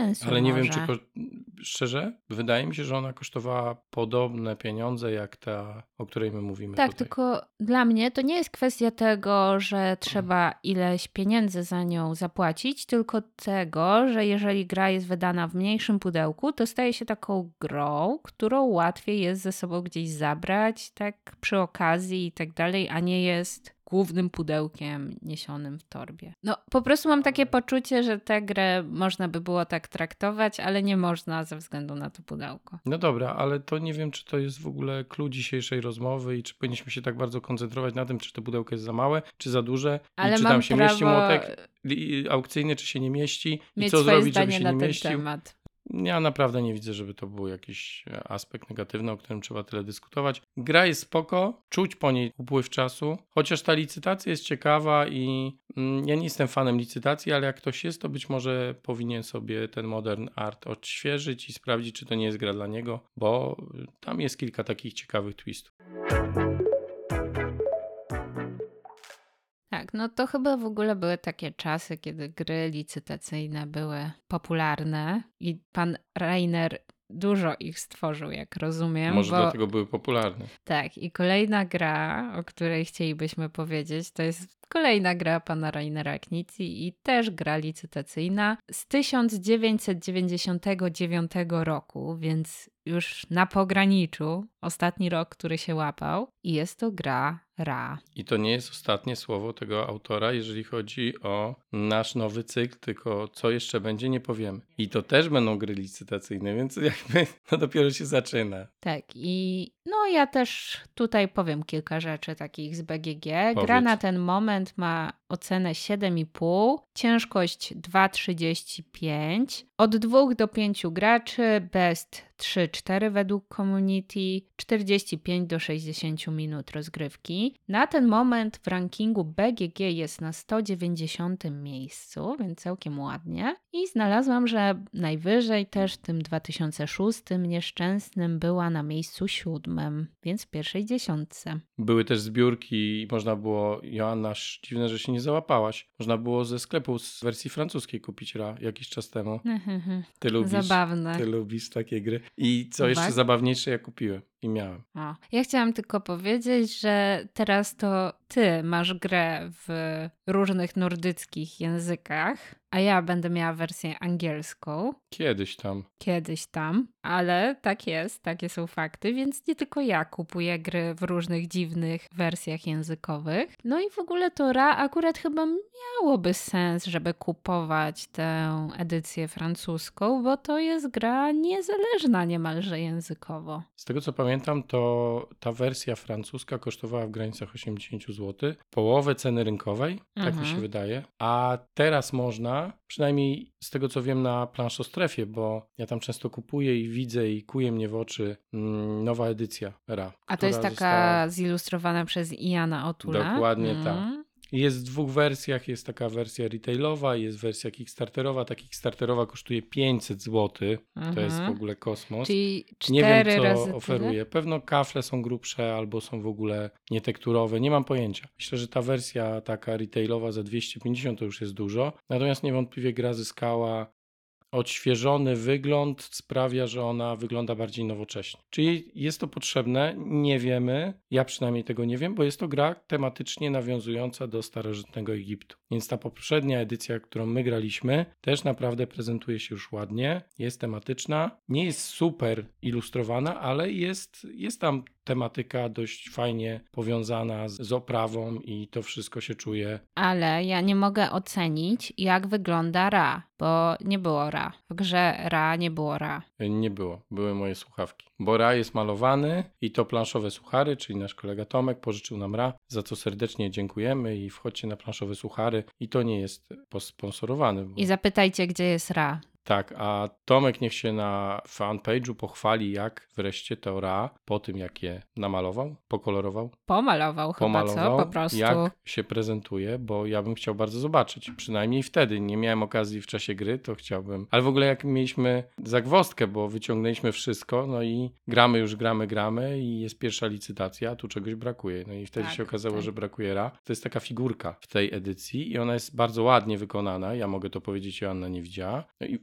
S2: sensu
S1: Ale nie
S2: może.
S1: wiem, czy ko- szczerze, wydaje mi się, że ona kosztowała podobne pieniądze jak ta, o której my mówimy
S2: Tak,
S1: tutaj.
S2: tylko dla mnie to nie jest kwestia tego, że trzeba ileś pieniędzy za nią zapłacić, tylko tego, że jeżeli gra jest wydana w mniejszym pudełku, to staje się taką grą, którą łatwiej jest ze sobą gdzieś zabrać, tak przy okazji i tak dalej, a nie jest głównym pudełkiem niesionym w torbie. No, po prostu mam takie poczucie, że tę grę można by było tak traktować, ale nie można ze względu na to pudełko.
S1: No dobra, ale to nie wiem, czy to jest w ogóle clue dzisiejszej rozmowy i czy powinniśmy się tak bardzo koncentrować na tym, czy to pudełko jest za małe, czy za duże
S2: Ale
S1: i czy
S2: mam
S1: tam się mieści
S2: prawo
S1: młotek li- aukcyjny, czy się nie mieści i
S2: mieć
S1: co
S2: swoje
S1: zrobić, żeby
S2: zdanie
S1: się
S2: na
S1: nie
S2: ten
S1: mieścił.
S2: temat.
S1: Ja naprawdę nie widzę, żeby to był jakiś aspekt negatywny, o którym trzeba tyle dyskutować. Gra jest spoko, czuć po niej upływ czasu, chociaż ta licytacja jest ciekawa i mm, ja nie jestem fanem licytacji, ale jak ktoś jest, to być może powinien sobie ten Modern Art odświeżyć i sprawdzić, czy to nie jest gra dla niego, bo tam jest kilka takich ciekawych twistów.
S2: Tak, no to chyba w ogóle były takie czasy, kiedy gry licytacyjne były popularne i pan Rainer dużo ich stworzył, jak rozumiem.
S1: Może
S2: bo...
S1: dlatego były popularne.
S2: Tak, i kolejna gra, o której chcielibyśmy powiedzieć, to jest kolejna gra pana Rainera Knizzi i też gra licytacyjna z tysiąc dziewięćset dziewięćdziesiątego dziewiątego roku, więc już na pograniczu, ostatni rok, który się łapał, i jest to gra Ra.
S1: I to nie jest ostatnie słowo tego autora, jeżeli chodzi o nasz nowy cykl, tylko co jeszcze będzie, nie powiemy. I to też będą gry licytacyjne, więc jakby to dopiero się zaczyna.
S2: Tak, i no ja też tutaj powiem kilka rzeczy takich z B G G. Gra
S1: Powiedz.
S2: na ten moment ma ocenę siedem i pół, ciężkość dwa trzydzieści pięć, od dwóch do pięciu graczy, best trzy cztery według community, czterdzieści pięć do sześćdziesięciu minut rozgrywki. Na ten moment w rankingu B G G jest na sto dziewięćdziesiątym miejscu, więc całkiem ładnie. I znalazłam, że najwyżej też w tym dwa tysiące szóstym nieszczęsnym była na miejscu siódmym, więc w pierwszej dziesiątce.
S1: Były też zbiórki i można było, Joanna, sz- dziwne, że się nie załapałaś, można było ze sklepu z wersji francuskiej kupić Ra jakiś czas temu. Ty lubisz,
S2: Zabawne.
S1: ty lubisz takie gry. I co jeszcze
S2: Uwaga.
S1: zabawniejsze, ja kupiłem i miałem.
S2: O. Ja chciałam tylko powiedzieć, że teraz to ty masz grę w różnych nordyckich językach, a ja będę miała wersję angielską.
S1: Kiedyś tam.
S2: Kiedyś tam, ale tak jest, takie są fakty, więc nie tylko ja kupuję gry w różnych dziwnych wersjach językowych. No i w ogóle to Ra akurat chyba miałoby sens, żeby kupować tę edycję francuską, bo to jest gra niezależna niemalże językowo.
S1: Z tego co pamiętam, to ta wersja francuska kosztowała w granicach osiemdziesiąt złotych, połowę ceny rynkowej, tak mi się
S2: Mhm.
S1: wydaje. A teraz można, przynajmniej z tego co wiem na Planszostrefie, bo ja tam często kupuję i widzę i kuje mnie w oczy mm, nowa edycja Ra.
S2: A to jest
S1: która
S2: taka
S1: została-
S2: zilustrowana przez Iana O'Toola?
S1: Dokładnie
S2: Mm.
S1: tak. Jest w dwóch wersjach, jest taka wersja retailowa, jest wersja kickstarterowa. Ta kickstarterowa kosztuje pięćset złotych, to jest w
S2: Mhm.
S1: ogóle kosmos.
S2: Czyli cztery
S1: Nie wiem, co
S2: razy
S1: oferuje.
S2: tyle?
S1: Pewno kafle są grubsze albo są w ogóle nietekturowe. Nie mam pojęcia. Myślę, że ta wersja taka retailowa za dwieście pięćdziesiąt to już jest dużo. Natomiast niewątpliwie gra zyskała odświeżony wygląd, sprawia, że ona wygląda bardziej nowocześnie. Czyli jest to potrzebne? Nie wiemy. Ja przynajmniej tego nie wiem, bo jest to gra tematycznie nawiązująca do starożytnego Egiptu. Więc ta poprzednia edycja, którą my graliśmy, też naprawdę prezentuje się już ładnie. Jest tematyczna. Nie jest super ilustrowana, ale jest, jest tam tematyka dość fajnie powiązana z, z oprawą i to wszystko się czuje.
S2: Ale ja nie mogę ocenić, jak wygląda Ra, bo nie było Ra. W grze Ra nie było Ra.
S1: Nie było, były moje słuchawki. Bo Ra jest malowany i to planszowe suchary, czyli nasz kolega Tomek pożyczył nam Ra, za co serdecznie dziękujemy i wchodźcie na planszowe suchary i to nie jest posponsorowany. Bo...
S2: I zapytajcie, gdzie jest Ra.
S1: Tak, a Tomek niech się na fanpage'u pochwali, jak wreszcie to Ra, po tym jak je namalował, pokolorował,
S2: Pomalował chyba,
S1: pomalował,
S2: co? Po prostu.
S1: jak się prezentuje, bo ja bym chciał bardzo zobaczyć. Przynajmniej wtedy. Nie miałem okazji w czasie gry, to chciałbym. Ale w ogóle jak mieliśmy zagwozdkę, bo wyciągnęliśmy wszystko, no i gramy już, gramy, gramy i jest pierwsza licytacja, a tu czegoś brakuje. No i wtedy
S2: Tak,
S1: się okazało,
S2: tak.
S1: że brakuje Ra. To jest taka figurka w tej edycji i ona jest bardzo ładnie wykonana. Ja mogę to powiedzieć, Joanna nie widziała. No i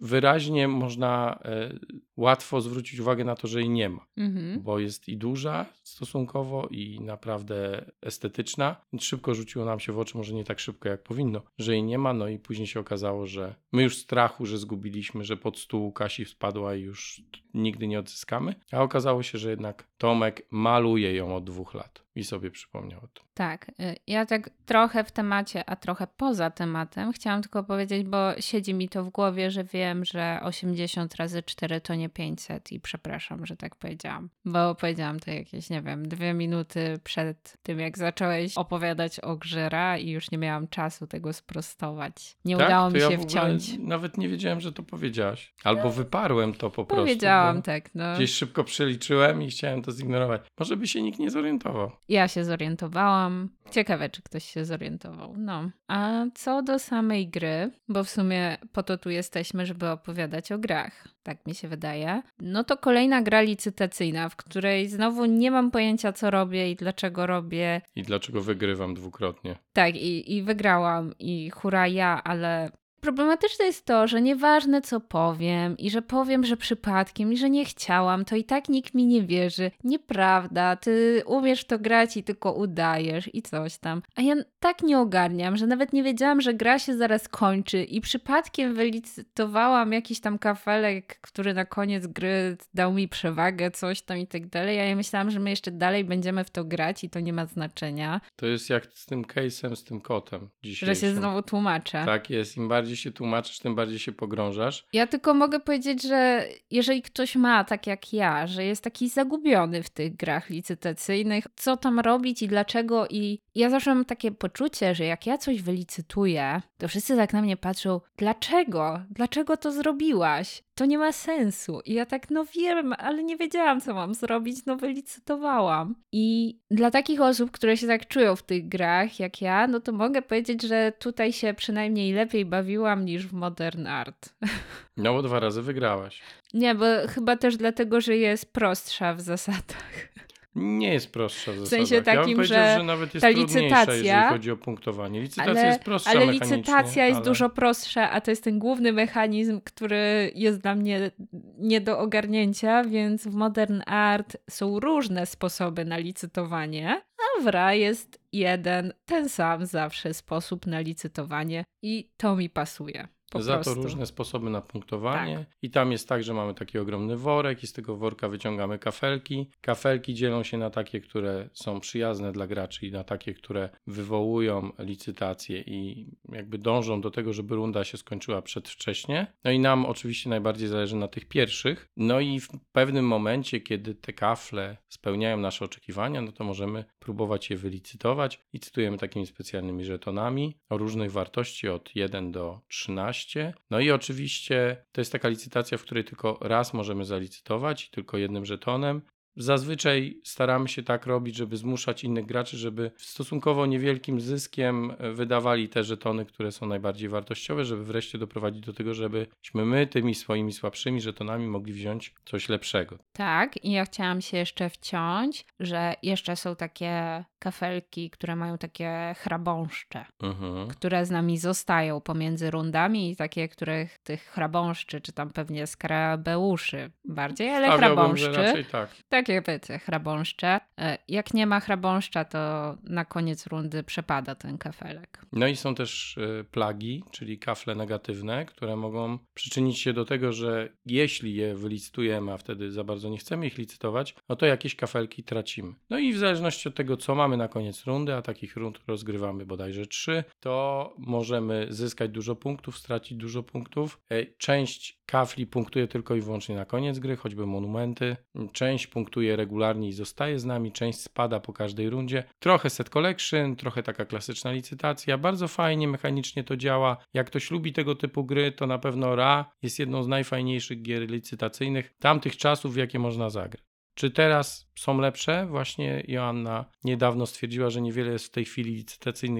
S1: wyraźnie można e, łatwo zwrócić uwagę na to, że jej nie ma,
S2: Mhm.
S1: bo jest i duża stosunkowo i naprawdę estetyczna. Więc szybko rzuciło nam się w oczy, może nie tak szybko jak powinno, że jej nie ma, no i później się okazało, że my już z strachu, że zgubiliśmy, że pod stół Kasi spadła i już nigdy nie odzyskamy, a okazało się, że jednak Tomek maluje ją od dwóch lat i sobie przypomniał o tym.
S2: Tak, y, ja tak trochę w temacie, a trochę poza tematem chciałam tylko powiedzieć, bo siedzi mi to w głowie, że wiem, że osiemdziesiąt razy cztery to nie pięćset i przepraszam, że tak powiedziałam, bo powiedziałam to jakieś, nie wiem, dwie minuty przed tym, jak zacząłeś opowiadać o grze Ra i już nie miałam czasu tego sprostować. Nie
S1: Tak?
S2: udało
S1: To
S2: mi
S1: ja
S2: się
S1: w ogóle
S2: wciąć.
S1: nawet nie wiedziałem, że to powiedziałaś. Albo wyparłem to po prostu.
S2: Powiedziałam
S1: bo
S2: tak, no.
S1: Gdzieś szybko przeliczyłem i chciałem to zignorować. Może by się nikt nie zorientował.
S2: Ja się zorientowałam. Ciekawe, czy ktoś się zorientował. No. A co do samej gry, bo w sumie po to tu jesteśmy, żeby opowiadać o grach. Tak mi się wydaje. No to kolejna gra licytacyjna, w której znowu nie mam pojęcia, co robię i dlaczego robię.
S1: I dlaczego wygrywam dwukrotnie?
S2: Tak, i, i wygrałam i hura ja, ale problematyczne jest to, że nieważne co powiem i że powiem, że przypadkiem i że nie chciałam, to i tak nikt mi nie wierzy. Nieprawda, ty umiesz w to grać i tylko udajesz i coś tam. A ja tak nie ogarniam, że nawet nie wiedziałam, że gra się zaraz kończy i przypadkiem wylicytowałam jakiś tam kafelek, który na koniec gry dał mi przewagę, coś tam i tak dalej. A ja myślałam, że my jeszcze dalej będziemy w to grać i to nie ma znaczenia.
S1: To jest jak z tym case'em, z tym kotem dzisiejszym.
S2: Że się znowu tłumaczę.
S1: Tak jest, im bardziej się tłumaczysz, tym bardziej się pogrążasz.
S2: Ja tylko mogę powiedzieć, że jeżeli ktoś ma, tak jak ja, że jest taki zagubiony w tych grach licytacyjnych, co tam robić i dlaczego, i ja zawsze mam takie poczucie, że jak ja coś wylicytuję, to wszyscy tak na mnie patrzą, dlaczego? Dlaczego to zrobiłaś? To nie ma sensu. I ja tak, no wiem, ale nie wiedziałam, co mam zrobić, no wylicytowałam. I dla takich osób, które się tak czują w tych grach, jak ja, no to mogę powiedzieć, że tutaj się przynajmniej lepiej bawiłam niż w Modern Art.
S1: No bo dwa razy wygrałaś.
S2: Nie, bo chyba też dlatego, że jest prostsza w zasadach.
S1: Nie jest prostsza w zasadach.
S2: sensie
S1: ja bym
S2: takim,
S1: powiedział,
S2: że
S1: że nawet jest
S2: ta
S1: trudniejsza,
S2: licytacja-
S1: jeżeli chodzi o punktowanie. Licytacja
S2: Ale,
S1: jest prostsza
S2: ale
S1: mechanicznie.
S2: licytacja jest
S1: ale...
S2: dużo prostsza, a to jest ten główny mechanizm, który jest dla mnie nie do ogarnięcia, więc w Modern Art są różne sposoby na licytowanie, a w Ra jest jeden, ten sam zawsze sposób na licytowanie i to mi pasuje. Po
S1: Za
S2: prostu.
S1: to różne sposoby na punktowanie.
S2: Tak.
S1: I tam jest tak, że mamy taki ogromny worek i z tego worka wyciągamy kafelki. Kafelki dzielą się na takie, które są przyjazne dla graczy i na takie, które wywołują licytację i jakby dążą do tego, żeby runda się skończyła przedwcześnie. No i nam oczywiście najbardziej zależy na tych pierwszych. No i w pewnym momencie, kiedy te kafle spełniają nasze oczekiwania, no to możemy próbować je wylicytować. Licytujemy takimi specjalnymi żetonami o różnych wartości od jeden do trzynastu. No i oczywiście to jest taka licytacja, w której tylko raz możemy zalicytować i tylko jednym żetonem. Zazwyczaj staramy się tak robić, żeby zmuszać innych graczy, żeby stosunkowo niewielkim zyskiem wydawali te żetony, które są najbardziej wartościowe, żeby wreszcie doprowadzić do tego, żebyśmy my tymi swoimi słabszymi żetonami mogli wziąć coś lepszego.
S2: Tak, i ja chciałam się jeszcze wciąć, że jeszcze są takie kafelki, które mają takie chrabąszcze,
S1: Mhm.
S2: które z nami zostają pomiędzy rundami i takie, których tych chrabąszczy, czy tam pewnie skarabeuszy bardziej, ale
S1: Stawiałbym, że
S2: chrabąszczy.
S1: raczej tak.
S2: Takie wiecie, chrabąszcze. E, Jak nie ma chrabąszcza, to na koniec rundy przepada ten kafelek.
S1: No i są też y, plagi, czyli kafle negatywne, które mogą przyczynić się do tego, że jeśli je wylicytujemy, a wtedy za bardzo nie chcemy ich licytować, no to jakieś kafelki tracimy. No i w zależności od tego, co mamy na koniec rundy, a takich rund rozgrywamy bodajże trzy, to możemy zyskać dużo punktów, stracić dużo punktów. E, Część kafli punktuje tylko i wyłącznie na koniec gry, choćby monumenty. Część punktuje regularnie i zostaje z nami, część spada po każdej rundzie. Trochę set collection, trochę taka klasyczna licytacja. Bardzo fajnie mechanicznie to działa. Jak ktoś lubi tego typu gry, to na pewno Ra jest jedną z najfajniejszych gier licytacyjnych tamtych czasów, w jakie można zagrać. Czy teraz są lepsze? Właśnie Joanna niedawno stwierdziła, że niewiele jest w tej chwili licytacyjnych gier,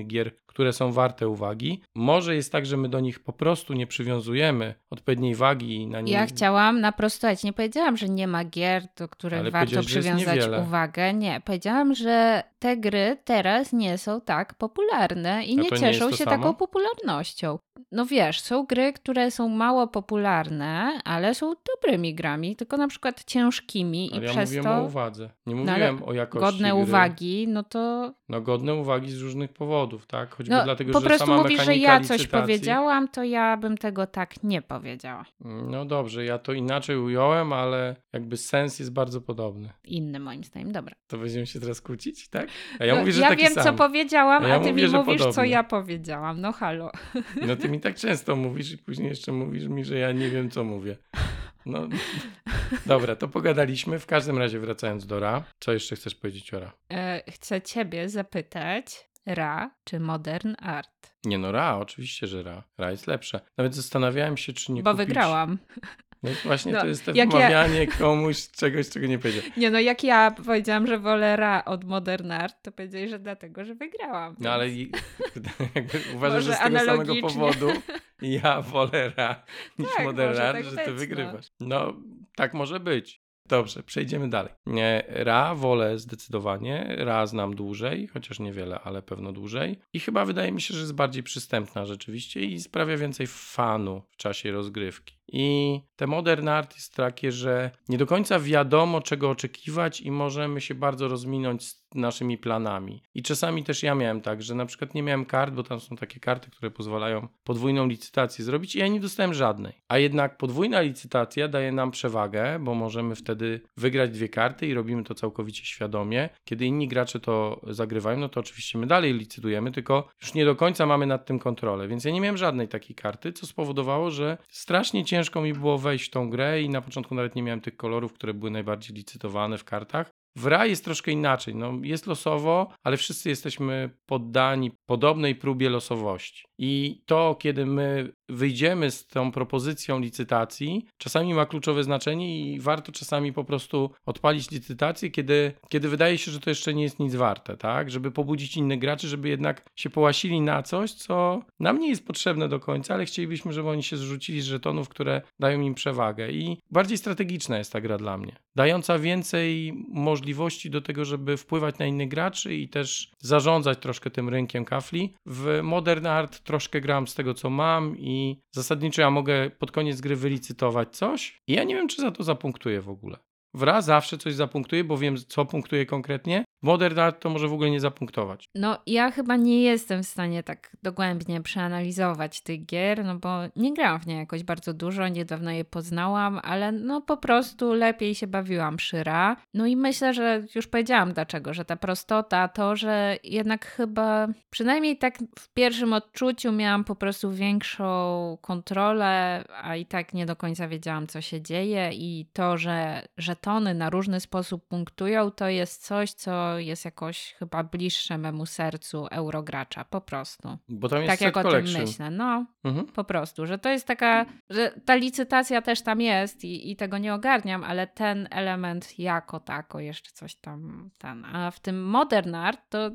S1: które są warte uwagi. Może jest tak, że my do nich po prostu nie przywiązujemy odpowiedniej wagi i na nie...
S2: Ja chciałam naprostować. Nie powiedziałam, że nie ma gier, do których
S1: Ale
S2: warto
S1: powiedziałeś, że jest
S2: przywiązać
S1: niewiele.
S2: uwagę. Nie, powiedziałam, że te gry teraz nie są tak popularne i
S1: A
S2: nie
S1: to nie
S2: cieszą
S1: jest to
S2: się
S1: samo?
S2: taką popularnością. No wiesz, są gry, które są mało popularne, ale są dobrymi grami, tylko na przykład ciężkimi
S1: Ale
S2: i
S1: ja
S2: przez
S1: mówiłem
S2: to
S1: o uwadze. Nie
S2: no, ale
S1: mówiłem o jakości
S2: godne
S1: gry.
S2: uwagi, no to
S1: No godne uwagi z różnych powodów, tak? Choćby
S2: no,
S1: dlatego,
S2: po
S1: że
S2: prostu
S1: sama
S2: mówisz, że
S1: mechanika
S2: ja coś
S1: licytacji...
S2: powiedziałam, to ja bym tego tak nie powiedziała.
S1: No dobrze, ja to inaczej ująłem, ale jakby sens jest bardzo podobny.
S2: Inny moim zdaniem, dobra.
S1: To będziemy się teraz kłócić, tak? A ja
S2: No,
S1: mówię, że
S2: ja
S1: taki
S2: wiem,
S1: sam.
S2: co powiedziałam,
S1: A
S2: a,
S1: ja
S2: ty
S1: mówię,
S2: mi
S1: że
S2: mówisz, co
S1: podobnie.
S2: ja powiedziałam. No halo.
S1: No ty mi tak często mówisz i później jeszcze mówisz mi, że ja nie wiem, co mówię. No dobra, to pogadaliśmy. W każdym razie wracając do Ra, co jeszcze chcesz powiedzieć o Ra?
S2: E, chcę ciebie zapytać, Ra czy Modern Art?
S1: Nie no, Ra, oczywiście, że Ra. Ra jest lepsze. Nawet zastanawiałem się, czy nie
S2: Bo
S1: kupić...
S2: wygrałam.
S1: No właśnie
S2: No,
S1: to jest to
S2: jak ja-
S1: wmawianie komuś czegoś, czego nie powiedział.
S2: Nie no, jak ja powiedziałam, że wolę Ra od Modern Art, to powiedzieli, że dlatego, że wygrałam.
S1: No ale
S2: więc-
S1: i- jakby uważam, że
S2: Może
S1: z tego samego
S2: analogicznie.
S1: powodu ja wolę Ra niż
S2: Tak,
S1: Modern
S2: może
S1: Art,
S2: tak
S1: że
S2: być,
S1: ty
S2: no.
S1: wygrywasz. No tak może być. Dobrze, przejdziemy dalej. Nie, Ra wolę zdecydowanie, Ra znam dłużej, chociaż niewiele, ale pewno dłużej. I chyba wydaje mi się, że jest bardziej przystępna rzeczywiście i sprawia więcej fanu w czasie rozgrywki. I te Modern Art jest takie, że nie do końca wiadomo, czego oczekiwać i możemy się bardzo rozminąć z naszymi planami. I czasami też ja miałem tak, że na przykład nie miałem kart, bo tam są takie karty, które pozwalają podwójną licytację zrobić i ja nie dostałem żadnej. A jednak podwójna licytacja daje nam przewagę, bo możemy wtedy wygrać dwie karty i robimy to całkowicie świadomie. Kiedy inni gracze to zagrywają, no to oczywiście my dalej licytujemy, tylko już nie do końca mamy nad tym kontrolę. Więc ja nie miałem żadnej takiej karty, co spowodowało, że strasznie ciężko mi było wejść w tą grę i na początku nawet nie miałem tych kolorów, które były najbardziej licytowane w kartach. W Ra jest troszkę inaczej. No, jest losowo, ale wszyscy jesteśmy poddani podobnej próbie losowości. I to, kiedy my wyjdziemy z tą propozycją licytacji, czasami ma kluczowe znaczenie i warto czasami po prostu odpalić licytację, kiedy, kiedy wydaje się, że to jeszcze nie jest nic warte, tak? Żeby pobudzić innych graczy, żeby jednak się połasili na coś, co nam nie jest potrzebne do końca, ale chcielibyśmy, żeby oni się zrzucili z żetonów, które dają im przewagę. I bardziej strategiczna jest ta gra dla mnie. Dająca więcej możliwości do tego, żeby wpływać na innych graczy i też zarządzać troszkę tym rynkiem kafli. W Modern Art troszkę gram z tego, co mam i zasadniczo ja mogę pod koniec gry wylicytować coś i ja nie wiem, czy za to zapunktuję w ogóle. W Ra zawsze coś zapunktuję, bo wiem, co punktuje konkretnie. W Modern Art to może w ogóle nie zapunktować.
S2: No ja chyba nie jestem w stanie tak dogłębnie przeanalizować tych gier, no bo nie grałam w nie jakoś bardzo dużo, niedawno je poznałam, ale no po prostu lepiej się bawiłam przy Ra. No i myślę, że już powiedziałam dlaczego, że ta prostota, to, że jednak chyba, przynajmniej tak w pierwszym odczuciu miałam po prostu większą kontrolę, a i tak nie do końca wiedziałam, co się dzieje i to, że żetony na różny sposób punktują, to jest coś, co jest jakoś chyba bliższe memu sercu eurogracza, po prostu.
S1: Bo tam jest
S2: Tak
S1: set
S2: jak o tym
S1: collection.
S2: myślę, no
S1: Mhm.
S2: po prostu, że to jest taka, że ta licytacja też tam jest i, i tego nie ogarniam, ale ten element jako tako jeszcze coś tam, ten. A w tym Modern Art to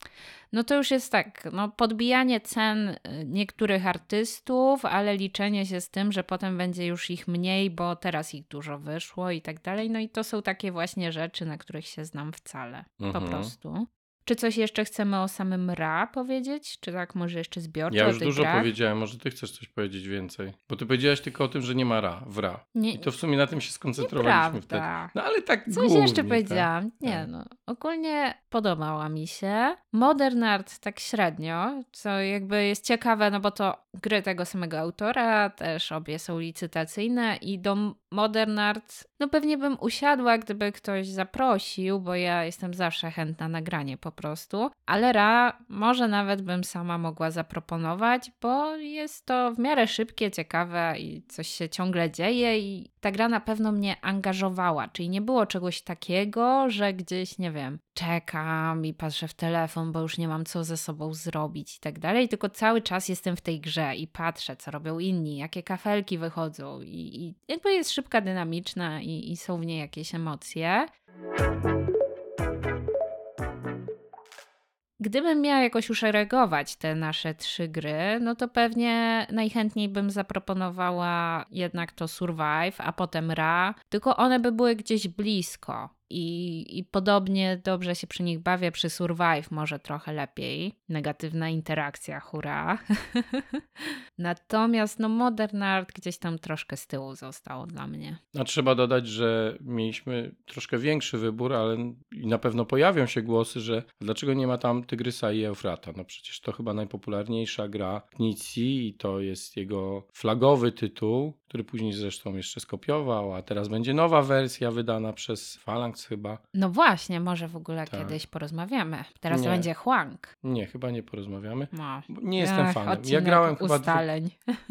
S2: no to już jest tak, no podbijanie cen y, niektórych artystów, ale liczenie się z tym, że potem będzie już ich mniej, bo teraz ich dużo wyszło i tak dalej. No i to są takie właśnie rzeczy, na których się znam wcale,
S1: Mhm.
S2: po prostu. Czy coś jeszcze chcemy o samym Ra powiedzieć? Czy tak może jeszcze zbiorczo
S1: Ja
S2: o
S1: już
S2: tych
S1: dużo
S2: grach?
S1: powiedziałem, może ty chcesz coś powiedzieć więcej. Bo ty powiedziałaś tylko o tym, że nie ma Ra w Ra.
S2: Nie,
S1: I to w sumie na tym się skoncentrowaliśmy wtedy.
S2: nieprawda.
S1: No ale tak
S2: Coś
S1: głównie,
S2: jeszcze
S1: tak.
S2: powiedziałam. Nie
S1: Tak.
S2: no, ogólnie podobała mi się. Modern Art tak średnio, co jakby jest ciekawe, no bo to gry tego samego autora, też obie są licytacyjne i do Modern Art, no pewnie bym usiadła, gdyby ktoś zaprosił, bo ja jestem zawsze chętna na granie po prostu, ale Ra może nawet bym sama mogła zaproponować, bo jest to w miarę szybkie, ciekawe i coś się ciągle dzieje i ta gra na pewno mnie angażowała, czyli nie było czegoś takiego, że gdzieś, nie wiem, czekam i patrzę w telefon, bo już nie mam co ze sobą zrobić i tak dalej, tylko cały czas jestem w tej grze i patrzę, co robią inni, jakie kafelki wychodzą i, i jakby jest szybka, dynamiczna i, i są w niej jakieś emocje. Gdybym miała jakoś uszeregować te nasze trzy gry, no to pewnie najchętniej bym zaproponowała jednak to Survive, a potem Ra, tylko one by były gdzieś blisko. I, I podobnie dobrze się przy nich bawię, przy Survive może trochę lepiej. Negatywna interakcja, hurra. Natomiast no Modern Art gdzieś tam troszkę z tyłu zostało dla mnie.
S1: A trzeba dodać, że mieliśmy troszkę większy wybór, ale i na pewno pojawią się głosy, że dlaczego nie ma tam Tygrysa i Eufrata? No przecież to chyba najpopularniejsza gra Knizi i to jest jego flagowy tytuł, który później zresztą jeszcze skopiował, a teraz będzie nowa wersja wydana przez Phalanx chyba.
S2: No właśnie, może w ogóle
S1: Tak.
S2: kiedyś porozmawiamy. Teraz
S1: Nie.
S2: to będzie Huang.
S1: Nie, chyba nie porozmawiamy.
S2: No.
S1: Bo nie jestem
S2: Ach,
S1: fanem. Ja
S2: odcinek
S1: grałem chyba... Dwu...
S2: ustaleń.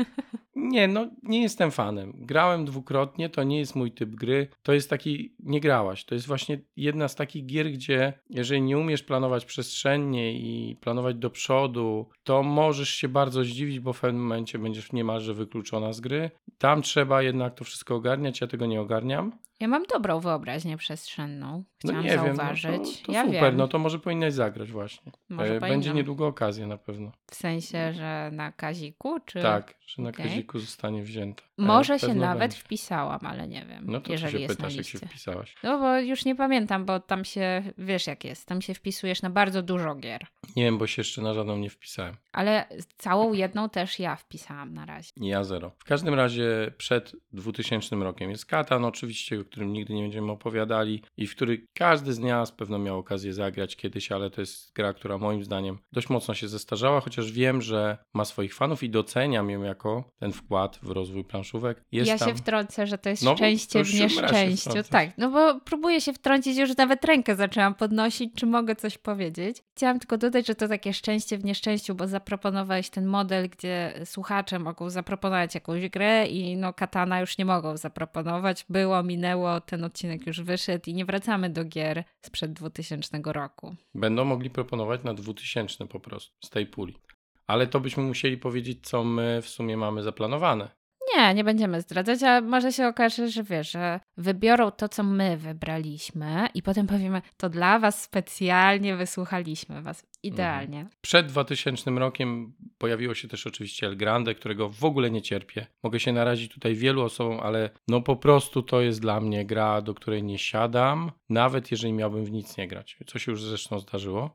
S1: Nie, no nie jestem fanem. Grałem dwukrotnie, to nie jest mój typ gry. To jest taki, nie grałaś, to jest właśnie jedna z takich gier, gdzie jeżeli nie umiesz planować przestrzennie i planować do przodu, to możesz się bardzo zdziwić, bo w pewnym momencie będziesz niemalże wykluczona z gry. Tam trzeba jednak to wszystko ogarniać, ja tego nie ogarniam.
S2: Ja mam dobrą wyobraźnię przestrzenną. Chciałam
S1: no nie
S2: zauważyć.
S1: Wiem, no to, to
S2: ja
S1: super,
S2: wiem.
S1: no to może powinnaś zagrać właśnie.
S2: Może
S1: e, Będzie
S2: powinnam.
S1: niedługo okazja na pewno.
S2: W sensie, że na Kaziku? Czy...
S1: Tak, że na
S2: Okej.
S1: Kaziku zostanie wzięta. E,
S2: Może się
S1: pewno
S2: nawet
S1: będzie.
S2: wpisałam, ale nie wiem,
S1: No to
S2: jeżeli
S1: się
S2: jest
S1: pytasz,
S2: na
S1: jak się
S2: liście.
S1: wpisałaś.
S2: No bo już nie pamiętam, bo tam się, wiesz jak jest, tam się wpisujesz na bardzo dużo gier.
S1: Nie wiem, bo się jeszcze na żadną nie wpisałem.
S2: Ale całą jedną też ja wpisałam na razie.
S1: Ja zero. W każdym razie przed dwutysięcznym rokiem jest Katan, oczywiście, o którym nigdy nie będziemy opowiadali i w który każdy z nas pewno miał okazję zagrać kiedyś, ale to jest gra, która moim zdaniem dość mocno się zestarzała, chociaż wiem, że ma swoich fanów i doceniam ją jako ten wkład w rozwój planszówek. Jest
S2: ja
S1: tam...
S2: się wtrącę, że to jest
S1: No bo
S2: szczęście
S1: to już
S2: w
S1: siódmy raz się
S2: nieszczęściu.
S1: wtrącasz.
S2: Tak, no bo próbuję się wtrącić, już nawet rękę zaczęłam podnosić, czy mogę coś powiedzieć. Chciałam tylko dodać, że to takie szczęście w nieszczęściu, bo zaproponowałeś ten model, gdzie słuchacze mogą zaproponować jakąś grę i no Katana już nie mogą zaproponować. Było, minęło, ten odcinek już wyszedł i nie wracamy do gier sprzed dwutysięcznego roku.
S1: Będą mogli proponować na dwutysięczny po prostu z tej puli. Ale to byśmy musieli powiedzieć, co my w sumie mamy zaplanowane.
S2: Nie, nie będziemy zdradzać, a może się okaże, że wiesz, że wybiorą to, co my wybraliśmy i potem powiemy, to dla was specjalnie wysłuchaliśmy was. Idealnie.
S1: Mhm. Przed dwutysięcznym rokiem pojawiło się też oczywiście El Grande, którego w ogóle nie cierpię. Mogę się narazić tutaj wielu osobom, ale no po prostu to jest dla mnie gra, do której nie siadam, nawet jeżeli miałbym w nic nie grać. Co się już zresztą zdarzyło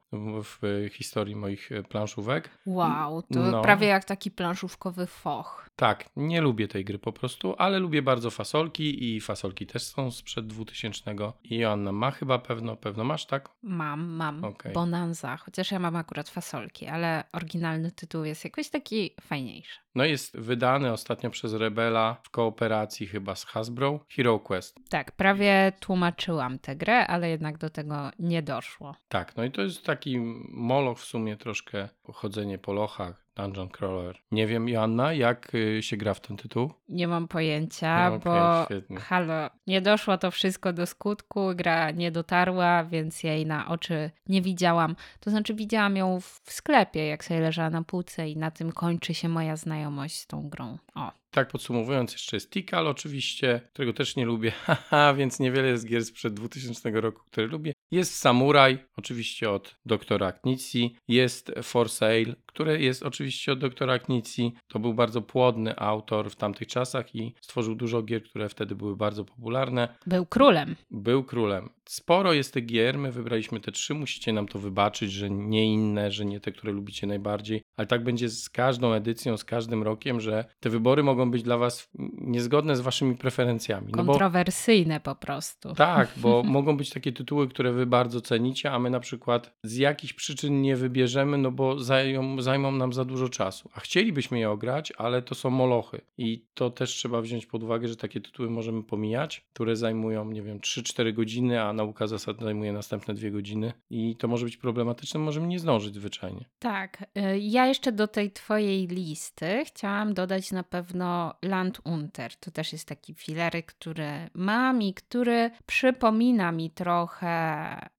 S1: w historii moich planszówek.
S2: Wow, to
S1: No.
S2: prawie jak taki planszówkowy foch.
S1: Tak, nie lubię tej gry po prostu, ale lubię bardzo fasolki i fasolki też są sprzed dwutysięcznego. I Joanna ma chyba pewno, pewno masz, tak?
S2: Mam, mam.
S1: Okej.
S2: Bonanza, chociaż ja mam akurat fasolki, ale oryginalny tytuł jest jakoś taki fajniejszy.
S1: No jest wydany ostatnio przez Rebela w kooperacji chyba z Hasbro, Hero Quest.
S2: Tak, prawie tłumaczyłam tę grę, ale jednak do tego nie doszło.
S1: Tak, no i to jest taki moloch w sumie troszkę, chodzenie po lochach, dungeon crawler. Nie wiem, Joanna, jak y, się gra w ten tytuł?
S2: Nie mam pojęcia,
S1: No okej,
S2: bo
S1: świetnie.
S2: halo, nie doszło to wszystko do skutku, gra nie dotarła, więc ja jej na oczy nie widziałam. To znaczy widziałam ją w sklepie, jak sobie leżała na półce i na tym kończy się moja znajomość z tą grą. O.
S1: Tak podsumowując, jeszcze jest Tikal oczywiście, którego też nie lubię, haha, więc niewiele jest gier sprzed dwutysięcznego roku, które lubię. Jest Samurai, oczywiście od doktora Knizi, jest For Sale, które jest oczywiście od doktora Knizi. To był bardzo płodny autor w tamtych czasach i stworzył dużo gier, które wtedy były bardzo popularne.
S2: Był królem.
S1: Był królem. Sporo jest tych gier, my wybraliśmy te trzy, musicie nam to wybaczyć, że nie inne, że nie te, które lubicie najbardziej, ale tak będzie z każdą edycją, z każdym rokiem, że te wybory mogą być dla was niezgodne z waszymi preferencjami. No bo,
S2: Kontrowersyjne po prostu.
S1: tak, bo mogą być takie tytuły, które wy bardzo cenicie, a my na przykład z jakichś przyczyn nie wybierzemy, no bo zajmą, zajmą nam za dużo czasu. A chcielibyśmy je ograć, ale to są molochy i to też trzeba wziąć pod uwagę, że takie tytuły możemy pomijać, które zajmują, nie wiem, trzy cztery godziny, a nauka zasad zajmuje następne dwie godziny i to może być problematyczne, możemy nie zdążyć zwyczajnie.
S2: Tak, y, ja jeszcze do tej twojej listy chciałam dodać na pewno Land Unter. To też jest taki filery, który mam i który przypomina mi trochę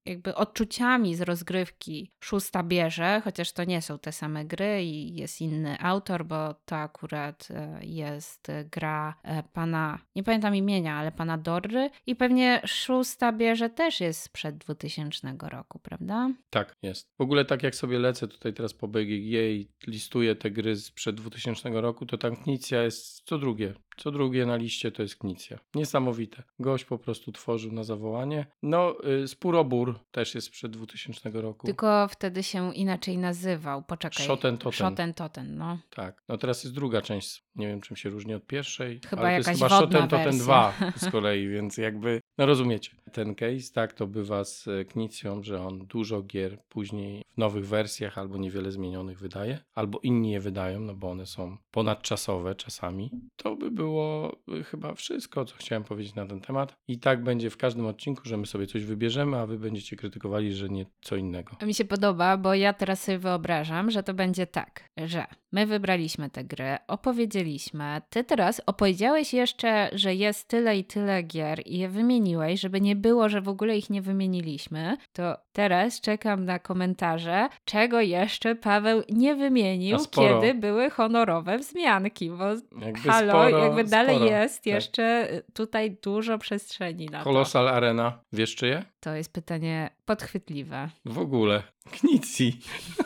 S2: jakby odczuciami z rozgrywki szósta bierze, chociaż to nie są te same gry i jest inny autor, bo to akurat e, jest gra e, pana, nie pamiętam imienia, ale pana Dorry i pewnie szósta bierze też jest sprzed dwutysięcznego roku, prawda?
S1: Tak, jest. W ogóle tak jak sobie lecę tutaj teraz po B G G i listuję te gry sprzed dwutysięcznego roku, to tam Knizia jest co drugie. Co drugie na liście to jest Knizia. Niesamowite. Gość po prostu tworzył na zawołanie. No, y, Spurobór też jest sprzed dwutysięcznego roku.
S2: Tylko wtedy się inaczej nazywał. Poczekaj.
S1: Shoten Toten.
S2: Shoten Toten, no.
S1: Tak. No teraz jest druga część. Nie wiem, czym się różni od pierwszej.
S2: Chyba
S1: ale
S2: jakaś
S1: to jest chyba
S2: wodna
S1: Shoten Toten
S2: wersja.
S1: dwa z kolei, więc jakby, no rozumiecie. Ten case, tak, to bywa z e, Knizją, że on dużo gier później w nowych wersjach albo niewiele zmienionych wydaje, albo inni je wydają, no bo one są ponadczasowe czasami. To by było y, chyba wszystko, co chciałem powiedzieć na ten temat. I tak będzie w każdym odcinku, że my sobie coś wybierzemy, a wy będziecie krytykowali, że nie co innego.
S2: Mi się podoba, bo ja teraz sobie wyobrażam, że to będzie tak, że my wybraliśmy tę grę, opowiedzieliśmy, ty teraz opowiedziałeś jeszcze, że jest tyle i tyle gier i je wymieniłeś, żeby nie było, że w ogóle ich nie wymieniliśmy, to teraz czekam na komentarze, czego jeszcze Paweł nie wymienił,
S1: A sporo.
S2: kiedy były honorowe wzmianki, bo
S1: Jakby
S2: halo,
S1: sporo,
S2: jakby dalej
S1: sporo.
S2: jest
S1: Tak.
S2: jeszcze tutaj dużo przestrzeni na to.
S1: Colossal Arena, wiesz czyje?
S2: To jest pytanie podchwytliwe.
S1: W ogóle. Knicji.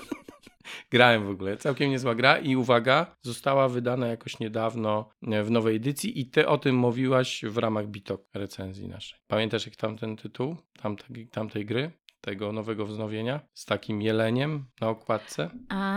S1: Grałem w ogóle. Całkiem niezła gra i uwaga, została wydana jakoś niedawno w nowej edycji i ty o tym mówiłaś w ramach Bitok recenzji naszej. Pamiętasz jak tamten tytuł tamtej, tamtej gry? Tego nowego wznowienia z takim jeleniem na okładce?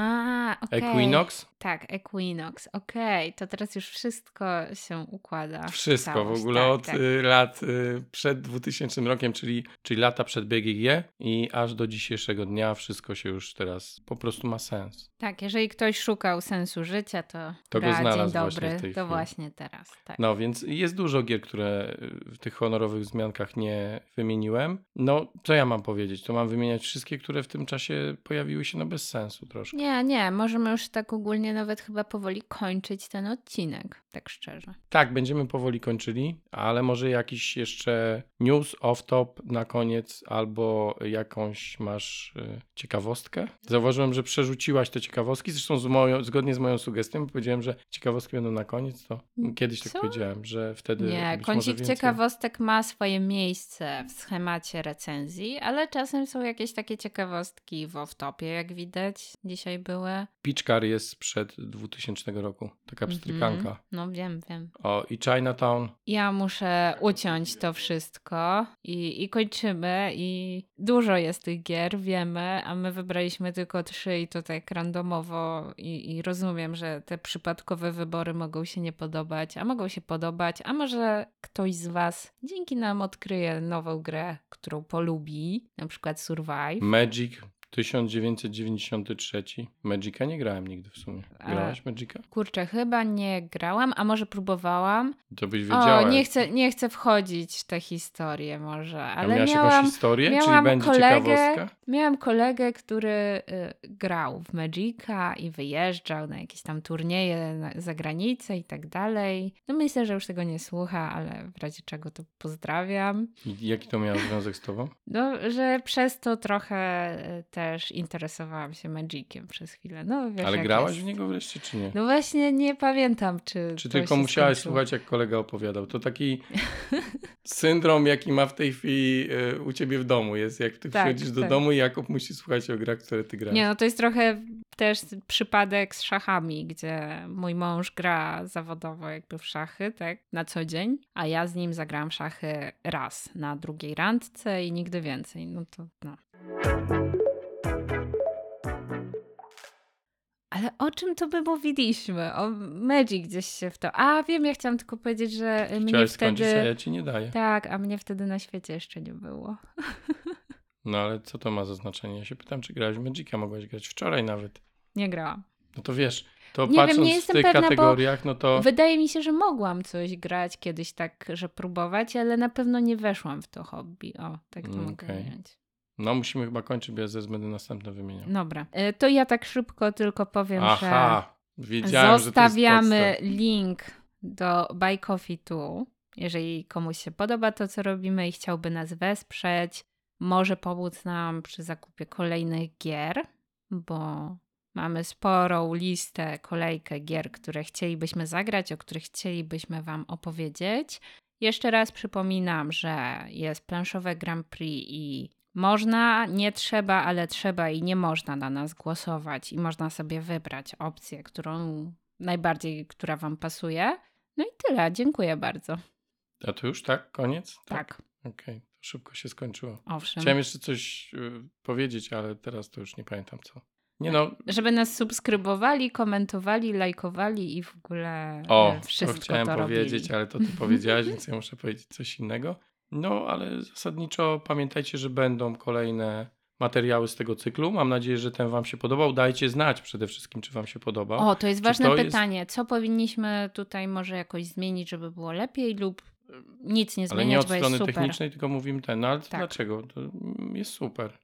S2: A, okej.
S1: Equinox?
S2: Tak, Equinox. Okej, to teraz już wszystko się układa. w
S1: Wszystko w
S2: całość.
S1: ogóle
S2: tak,
S1: od
S2: tak.
S1: y, lat y, przed dwutysięcznym rokiem, czyli, czyli lata przed B G G i aż do dzisiejszego dnia wszystko się już teraz po prostu ma sens.
S2: Tak, jeżeli ktoś szukał sensu życia, to,
S1: To go
S2: gra,
S1: znalazł
S2: dzień
S1: właśnie
S2: dobry,
S1: w tej
S2: to
S1: chwili.
S2: właśnie teraz. Tak.
S1: No więc jest dużo gier, które w tych honorowych wzmiankach nie wymieniłem. No co ja mam powiedzieć? To mam wymieniać wszystkie, które w tym czasie pojawiły się no bez sensu troszkę.
S2: Nie, nie, możemy już tak ogólnie nawet chyba powoli kończyć ten odcinek, tak szczerze.
S1: Tak, będziemy powoli kończyli, ale może jakiś jeszcze news off-top na koniec albo jakąś masz y, ciekawostkę? Zauważyłem, że przerzuciłaś te ciekawostki, zresztą z moją, zgodnie z moją sugestią powiedziałem, że ciekawostki będą na koniec, to kiedyś tak
S2: Co?
S1: powiedziałem, że wtedy
S2: Nie,
S1: być może
S2: kącik
S1: więcej...
S2: ciekawostek ma swoje miejsce w schemacie recenzji, ale czasem są jakieś takie ciekawostki w off-topie, jak widać, dzisiaj były.
S1: Pitchcar jest sprzed dwutysięcznego roku, taka pstrykanka.
S2: Mhm. No wiem, wiem.
S1: O, i Chinatown.
S2: Ja muszę uciąć to wszystko i, i kończymy i dużo jest tych gier, wiemy, a my wybraliśmy tylko trzy i to tak randomowo i, i rozumiem, że te przypadkowe wybory mogą się nie podobać, a mogą się podobać, a może ktoś z was dzięki nam odkryje nową grę, którą polubi, na przykład Survive.
S1: Magic tysiąc dziewięćset dziewięćdziesiąty trzeci. Magica nie grałem nigdy w sumie.
S2: A-
S1: Grałaś Magica?
S2: Kurczę, chyba nie grałam, a może próbowałam.
S1: To byś wiedziała.
S2: O, nie
S1: jak-
S2: chcę, nie chcę wchodzić w tę historię może,
S1: A
S2: ale
S1: miałaś
S2: miałam...
S1: jakąś historię? Czyli
S2: miałam
S1: będzie
S2: kolegę-
S1: ciekawostka?
S2: Miałam kolegę, który y, grał w Magica i wyjeżdżał na jakieś tam turnieje na, za granicę i tak dalej. No myślę, że już tego nie słucha, ale w razie czego to pozdrawiam.
S1: I jaki to miał związek z tobą?
S2: No, że przez to trochę y, też interesowałam się Magiciem przez chwilę. No, wiesz,
S1: Ale
S2: jak
S1: grałaś
S2: jest.
S1: w niego wreszcie, czy nie?
S2: No właśnie nie pamiętam, czy
S1: Czy
S2: to
S1: tylko
S2: się
S1: musiałeś
S2: skończyło.
S1: słuchać, jak kolega opowiadał? To taki syndrom, jaki ma w tej chwili y, u ciebie w domu jest. Jak ty
S2: Tak,
S1: przychodzisz do
S2: tak.
S1: domu i Jakub musi słuchać o grach, które ty grasz.
S2: Nie, no to jest trochę też przypadek z szachami, gdzie mój mąż gra zawodowo jakby w szachy, tak, na co dzień, a ja z nim zagrałam w szachy raz na drugiej randce i nigdy więcej. No to no. Ale o czym to by mówiliśmy? O Magic gdzieś się w to... A, wiem, ja chciałam tylko powiedzieć, że mnie
S1: Chciałeś skończyć, a
S2: wtedy...
S1: ja ci nie daję.
S2: Tak, a mnie wtedy na świecie jeszcze nie było.
S1: No ale co to ma za znaczenie? Ja się pytam, czy grałeś w Magica, mogłaś grać wczoraj nawet.
S2: Nie grałam.
S1: No to wiesz, to
S2: Nie wiem,
S1: patrząc
S2: nie
S1: w
S2: jestem
S1: tych
S2: pewna, bo
S1: kategoriach, no to
S2: Wydaje mi się, że mogłam coś grać kiedyś tak, że próbować, ale na pewno nie weszłam w to hobby. O, tak to
S1: Mm,
S2: mogę
S1: okej.
S2: ująć.
S1: no musimy chyba kończyć, bo ja zaraz będę następne wymieniał.
S2: Dobra, E, to ja tak szybko tylko powiem,
S1: Aha,
S2: że
S1: wiedziałem,
S2: zostawiamy
S1: że to jest podstaw.
S2: link do Buy Coffee Tu, jeżeli komuś się podoba to, co robimy i chciałby nas wesprzeć. może pomóc nam przy zakupie kolejnych gier, bo mamy sporą listę, kolejkę gier, które chcielibyśmy zagrać, o których chcielibyśmy Wam opowiedzieć. Jeszcze raz przypominam, że jest planszowe Grand Prix i można, nie trzeba, ale trzeba i nie można na nas głosować i można sobie wybrać opcję, którą najbardziej, która Wam pasuje. No i tyle, dziękuję bardzo.
S1: A to już tak? Koniec?
S2: Tak,
S1: Okej, to szybko się skończyło.
S2: owszem.
S1: Chciałem jeszcze coś y, powiedzieć, ale teraz to już nie pamiętam co. Nie no,
S2: Żeby nas subskrybowali, komentowali, lajkowali i w ogóle
S1: o,
S2: e,
S1: to
S2: wszystko
S1: chciałem
S2: to
S1: powiedzieć,
S2: robili.
S1: ale to ty powiedziałaś, więc ja muszę powiedzieć coś innego. No, ale zasadniczo pamiętajcie, że będą kolejne materiały z tego cyklu. Mam nadzieję, że ten wam się podobał. Dajcie znać przede wszystkim, czy wam się podobał.
S2: O, to jest
S1: Czy
S2: ważne
S1: to jest-
S2: pytanie. Co powinniśmy tutaj może jakoś zmienić, żeby było lepiej lub nic nie
S1: Ale
S2: zmieniać,
S1: nie od
S2: bo jest
S1: strony
S2: super.
S1: technicznej, tylko mówimy ten. No ale to
S2: Tak.
S1: dlaczego? To mm, jest super.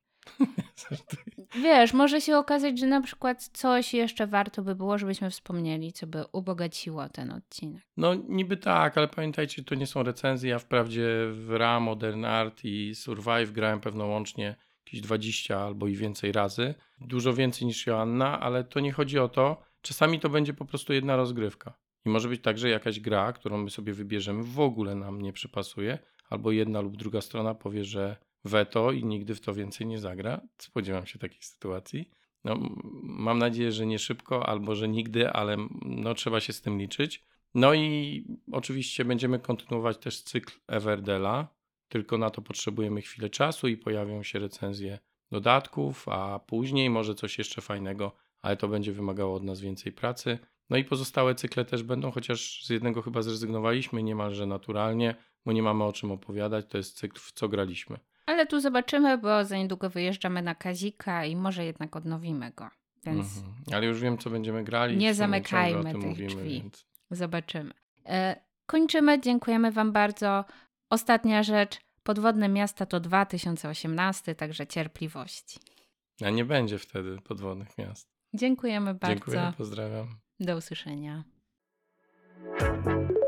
S2: Wiesz, może się okazać, że na przykład coś jeszcze warto by było, żebyśmy wspomnieli, co by ubogaciło ten odcinek.
S1: No niby tak, ale pamiętajcie, to nie są recenzje. Ja wprawdzie w R A, Modern Art i Survive grałem pewno łącznie jakieś dwadzieścia albo i więcej razy. Dużo więcej niż Joanna, ale to nie chodzi o to. Czasami to będzie po prostu jedna rozgrywka. I może być tak, że jakaś gra, którą my sobie wybierzemy, w ogóle nam nie przypasuje, albo jedna lub druga strona powie, że weto i nigdy w to więcej nie zagra. Spodziewam się takiej sytuacji. No, m- mam nadzieję, że nie szybko, albo że nigdy, ale no, trzeba się z tym liczyć. No i oczywiście będziemy kontynuować też cykl Everdela, tylko na to potrzebujemy chwilę czasu i pojawią się recenzje dodatków, a później może coś jeszcze fajnego, ale to będzie wymagało od nas więcej pracy. No i pozostałe cykle też będą, chociaż z jednego chyba zrezygnowaliśmy niemalże naturalnie, bo nie mamy o czym opowiadać, to jest cykl w co graliśmy.
S2: Ale tu zobaczymy, bo za niedługo wyjeżdżamy na Kazika i może jednak odnowimy go. Więc
S1: Mhm. Ale już wiem, co będziemy grali.
S2: Nie
S1: w sumie ciągle
S2: zamykajmy
S1: o tym
S2: tych
S1: mówimy,
S2: drzwi.
S1: Więc...
S2: zobaczymy. E, kończymy, dziękujemy Wam bardzo. Ostatnia rzecz, Podwodne Miasta to dwa tysiące osiemnasty, także cierpliwości.
S1: A nie będzie wtedy podwodnych miast.
S2: Dziękujemy bardzo.
S1: Dziękuję, pozdrawiam.
S2: Do usłyszenia.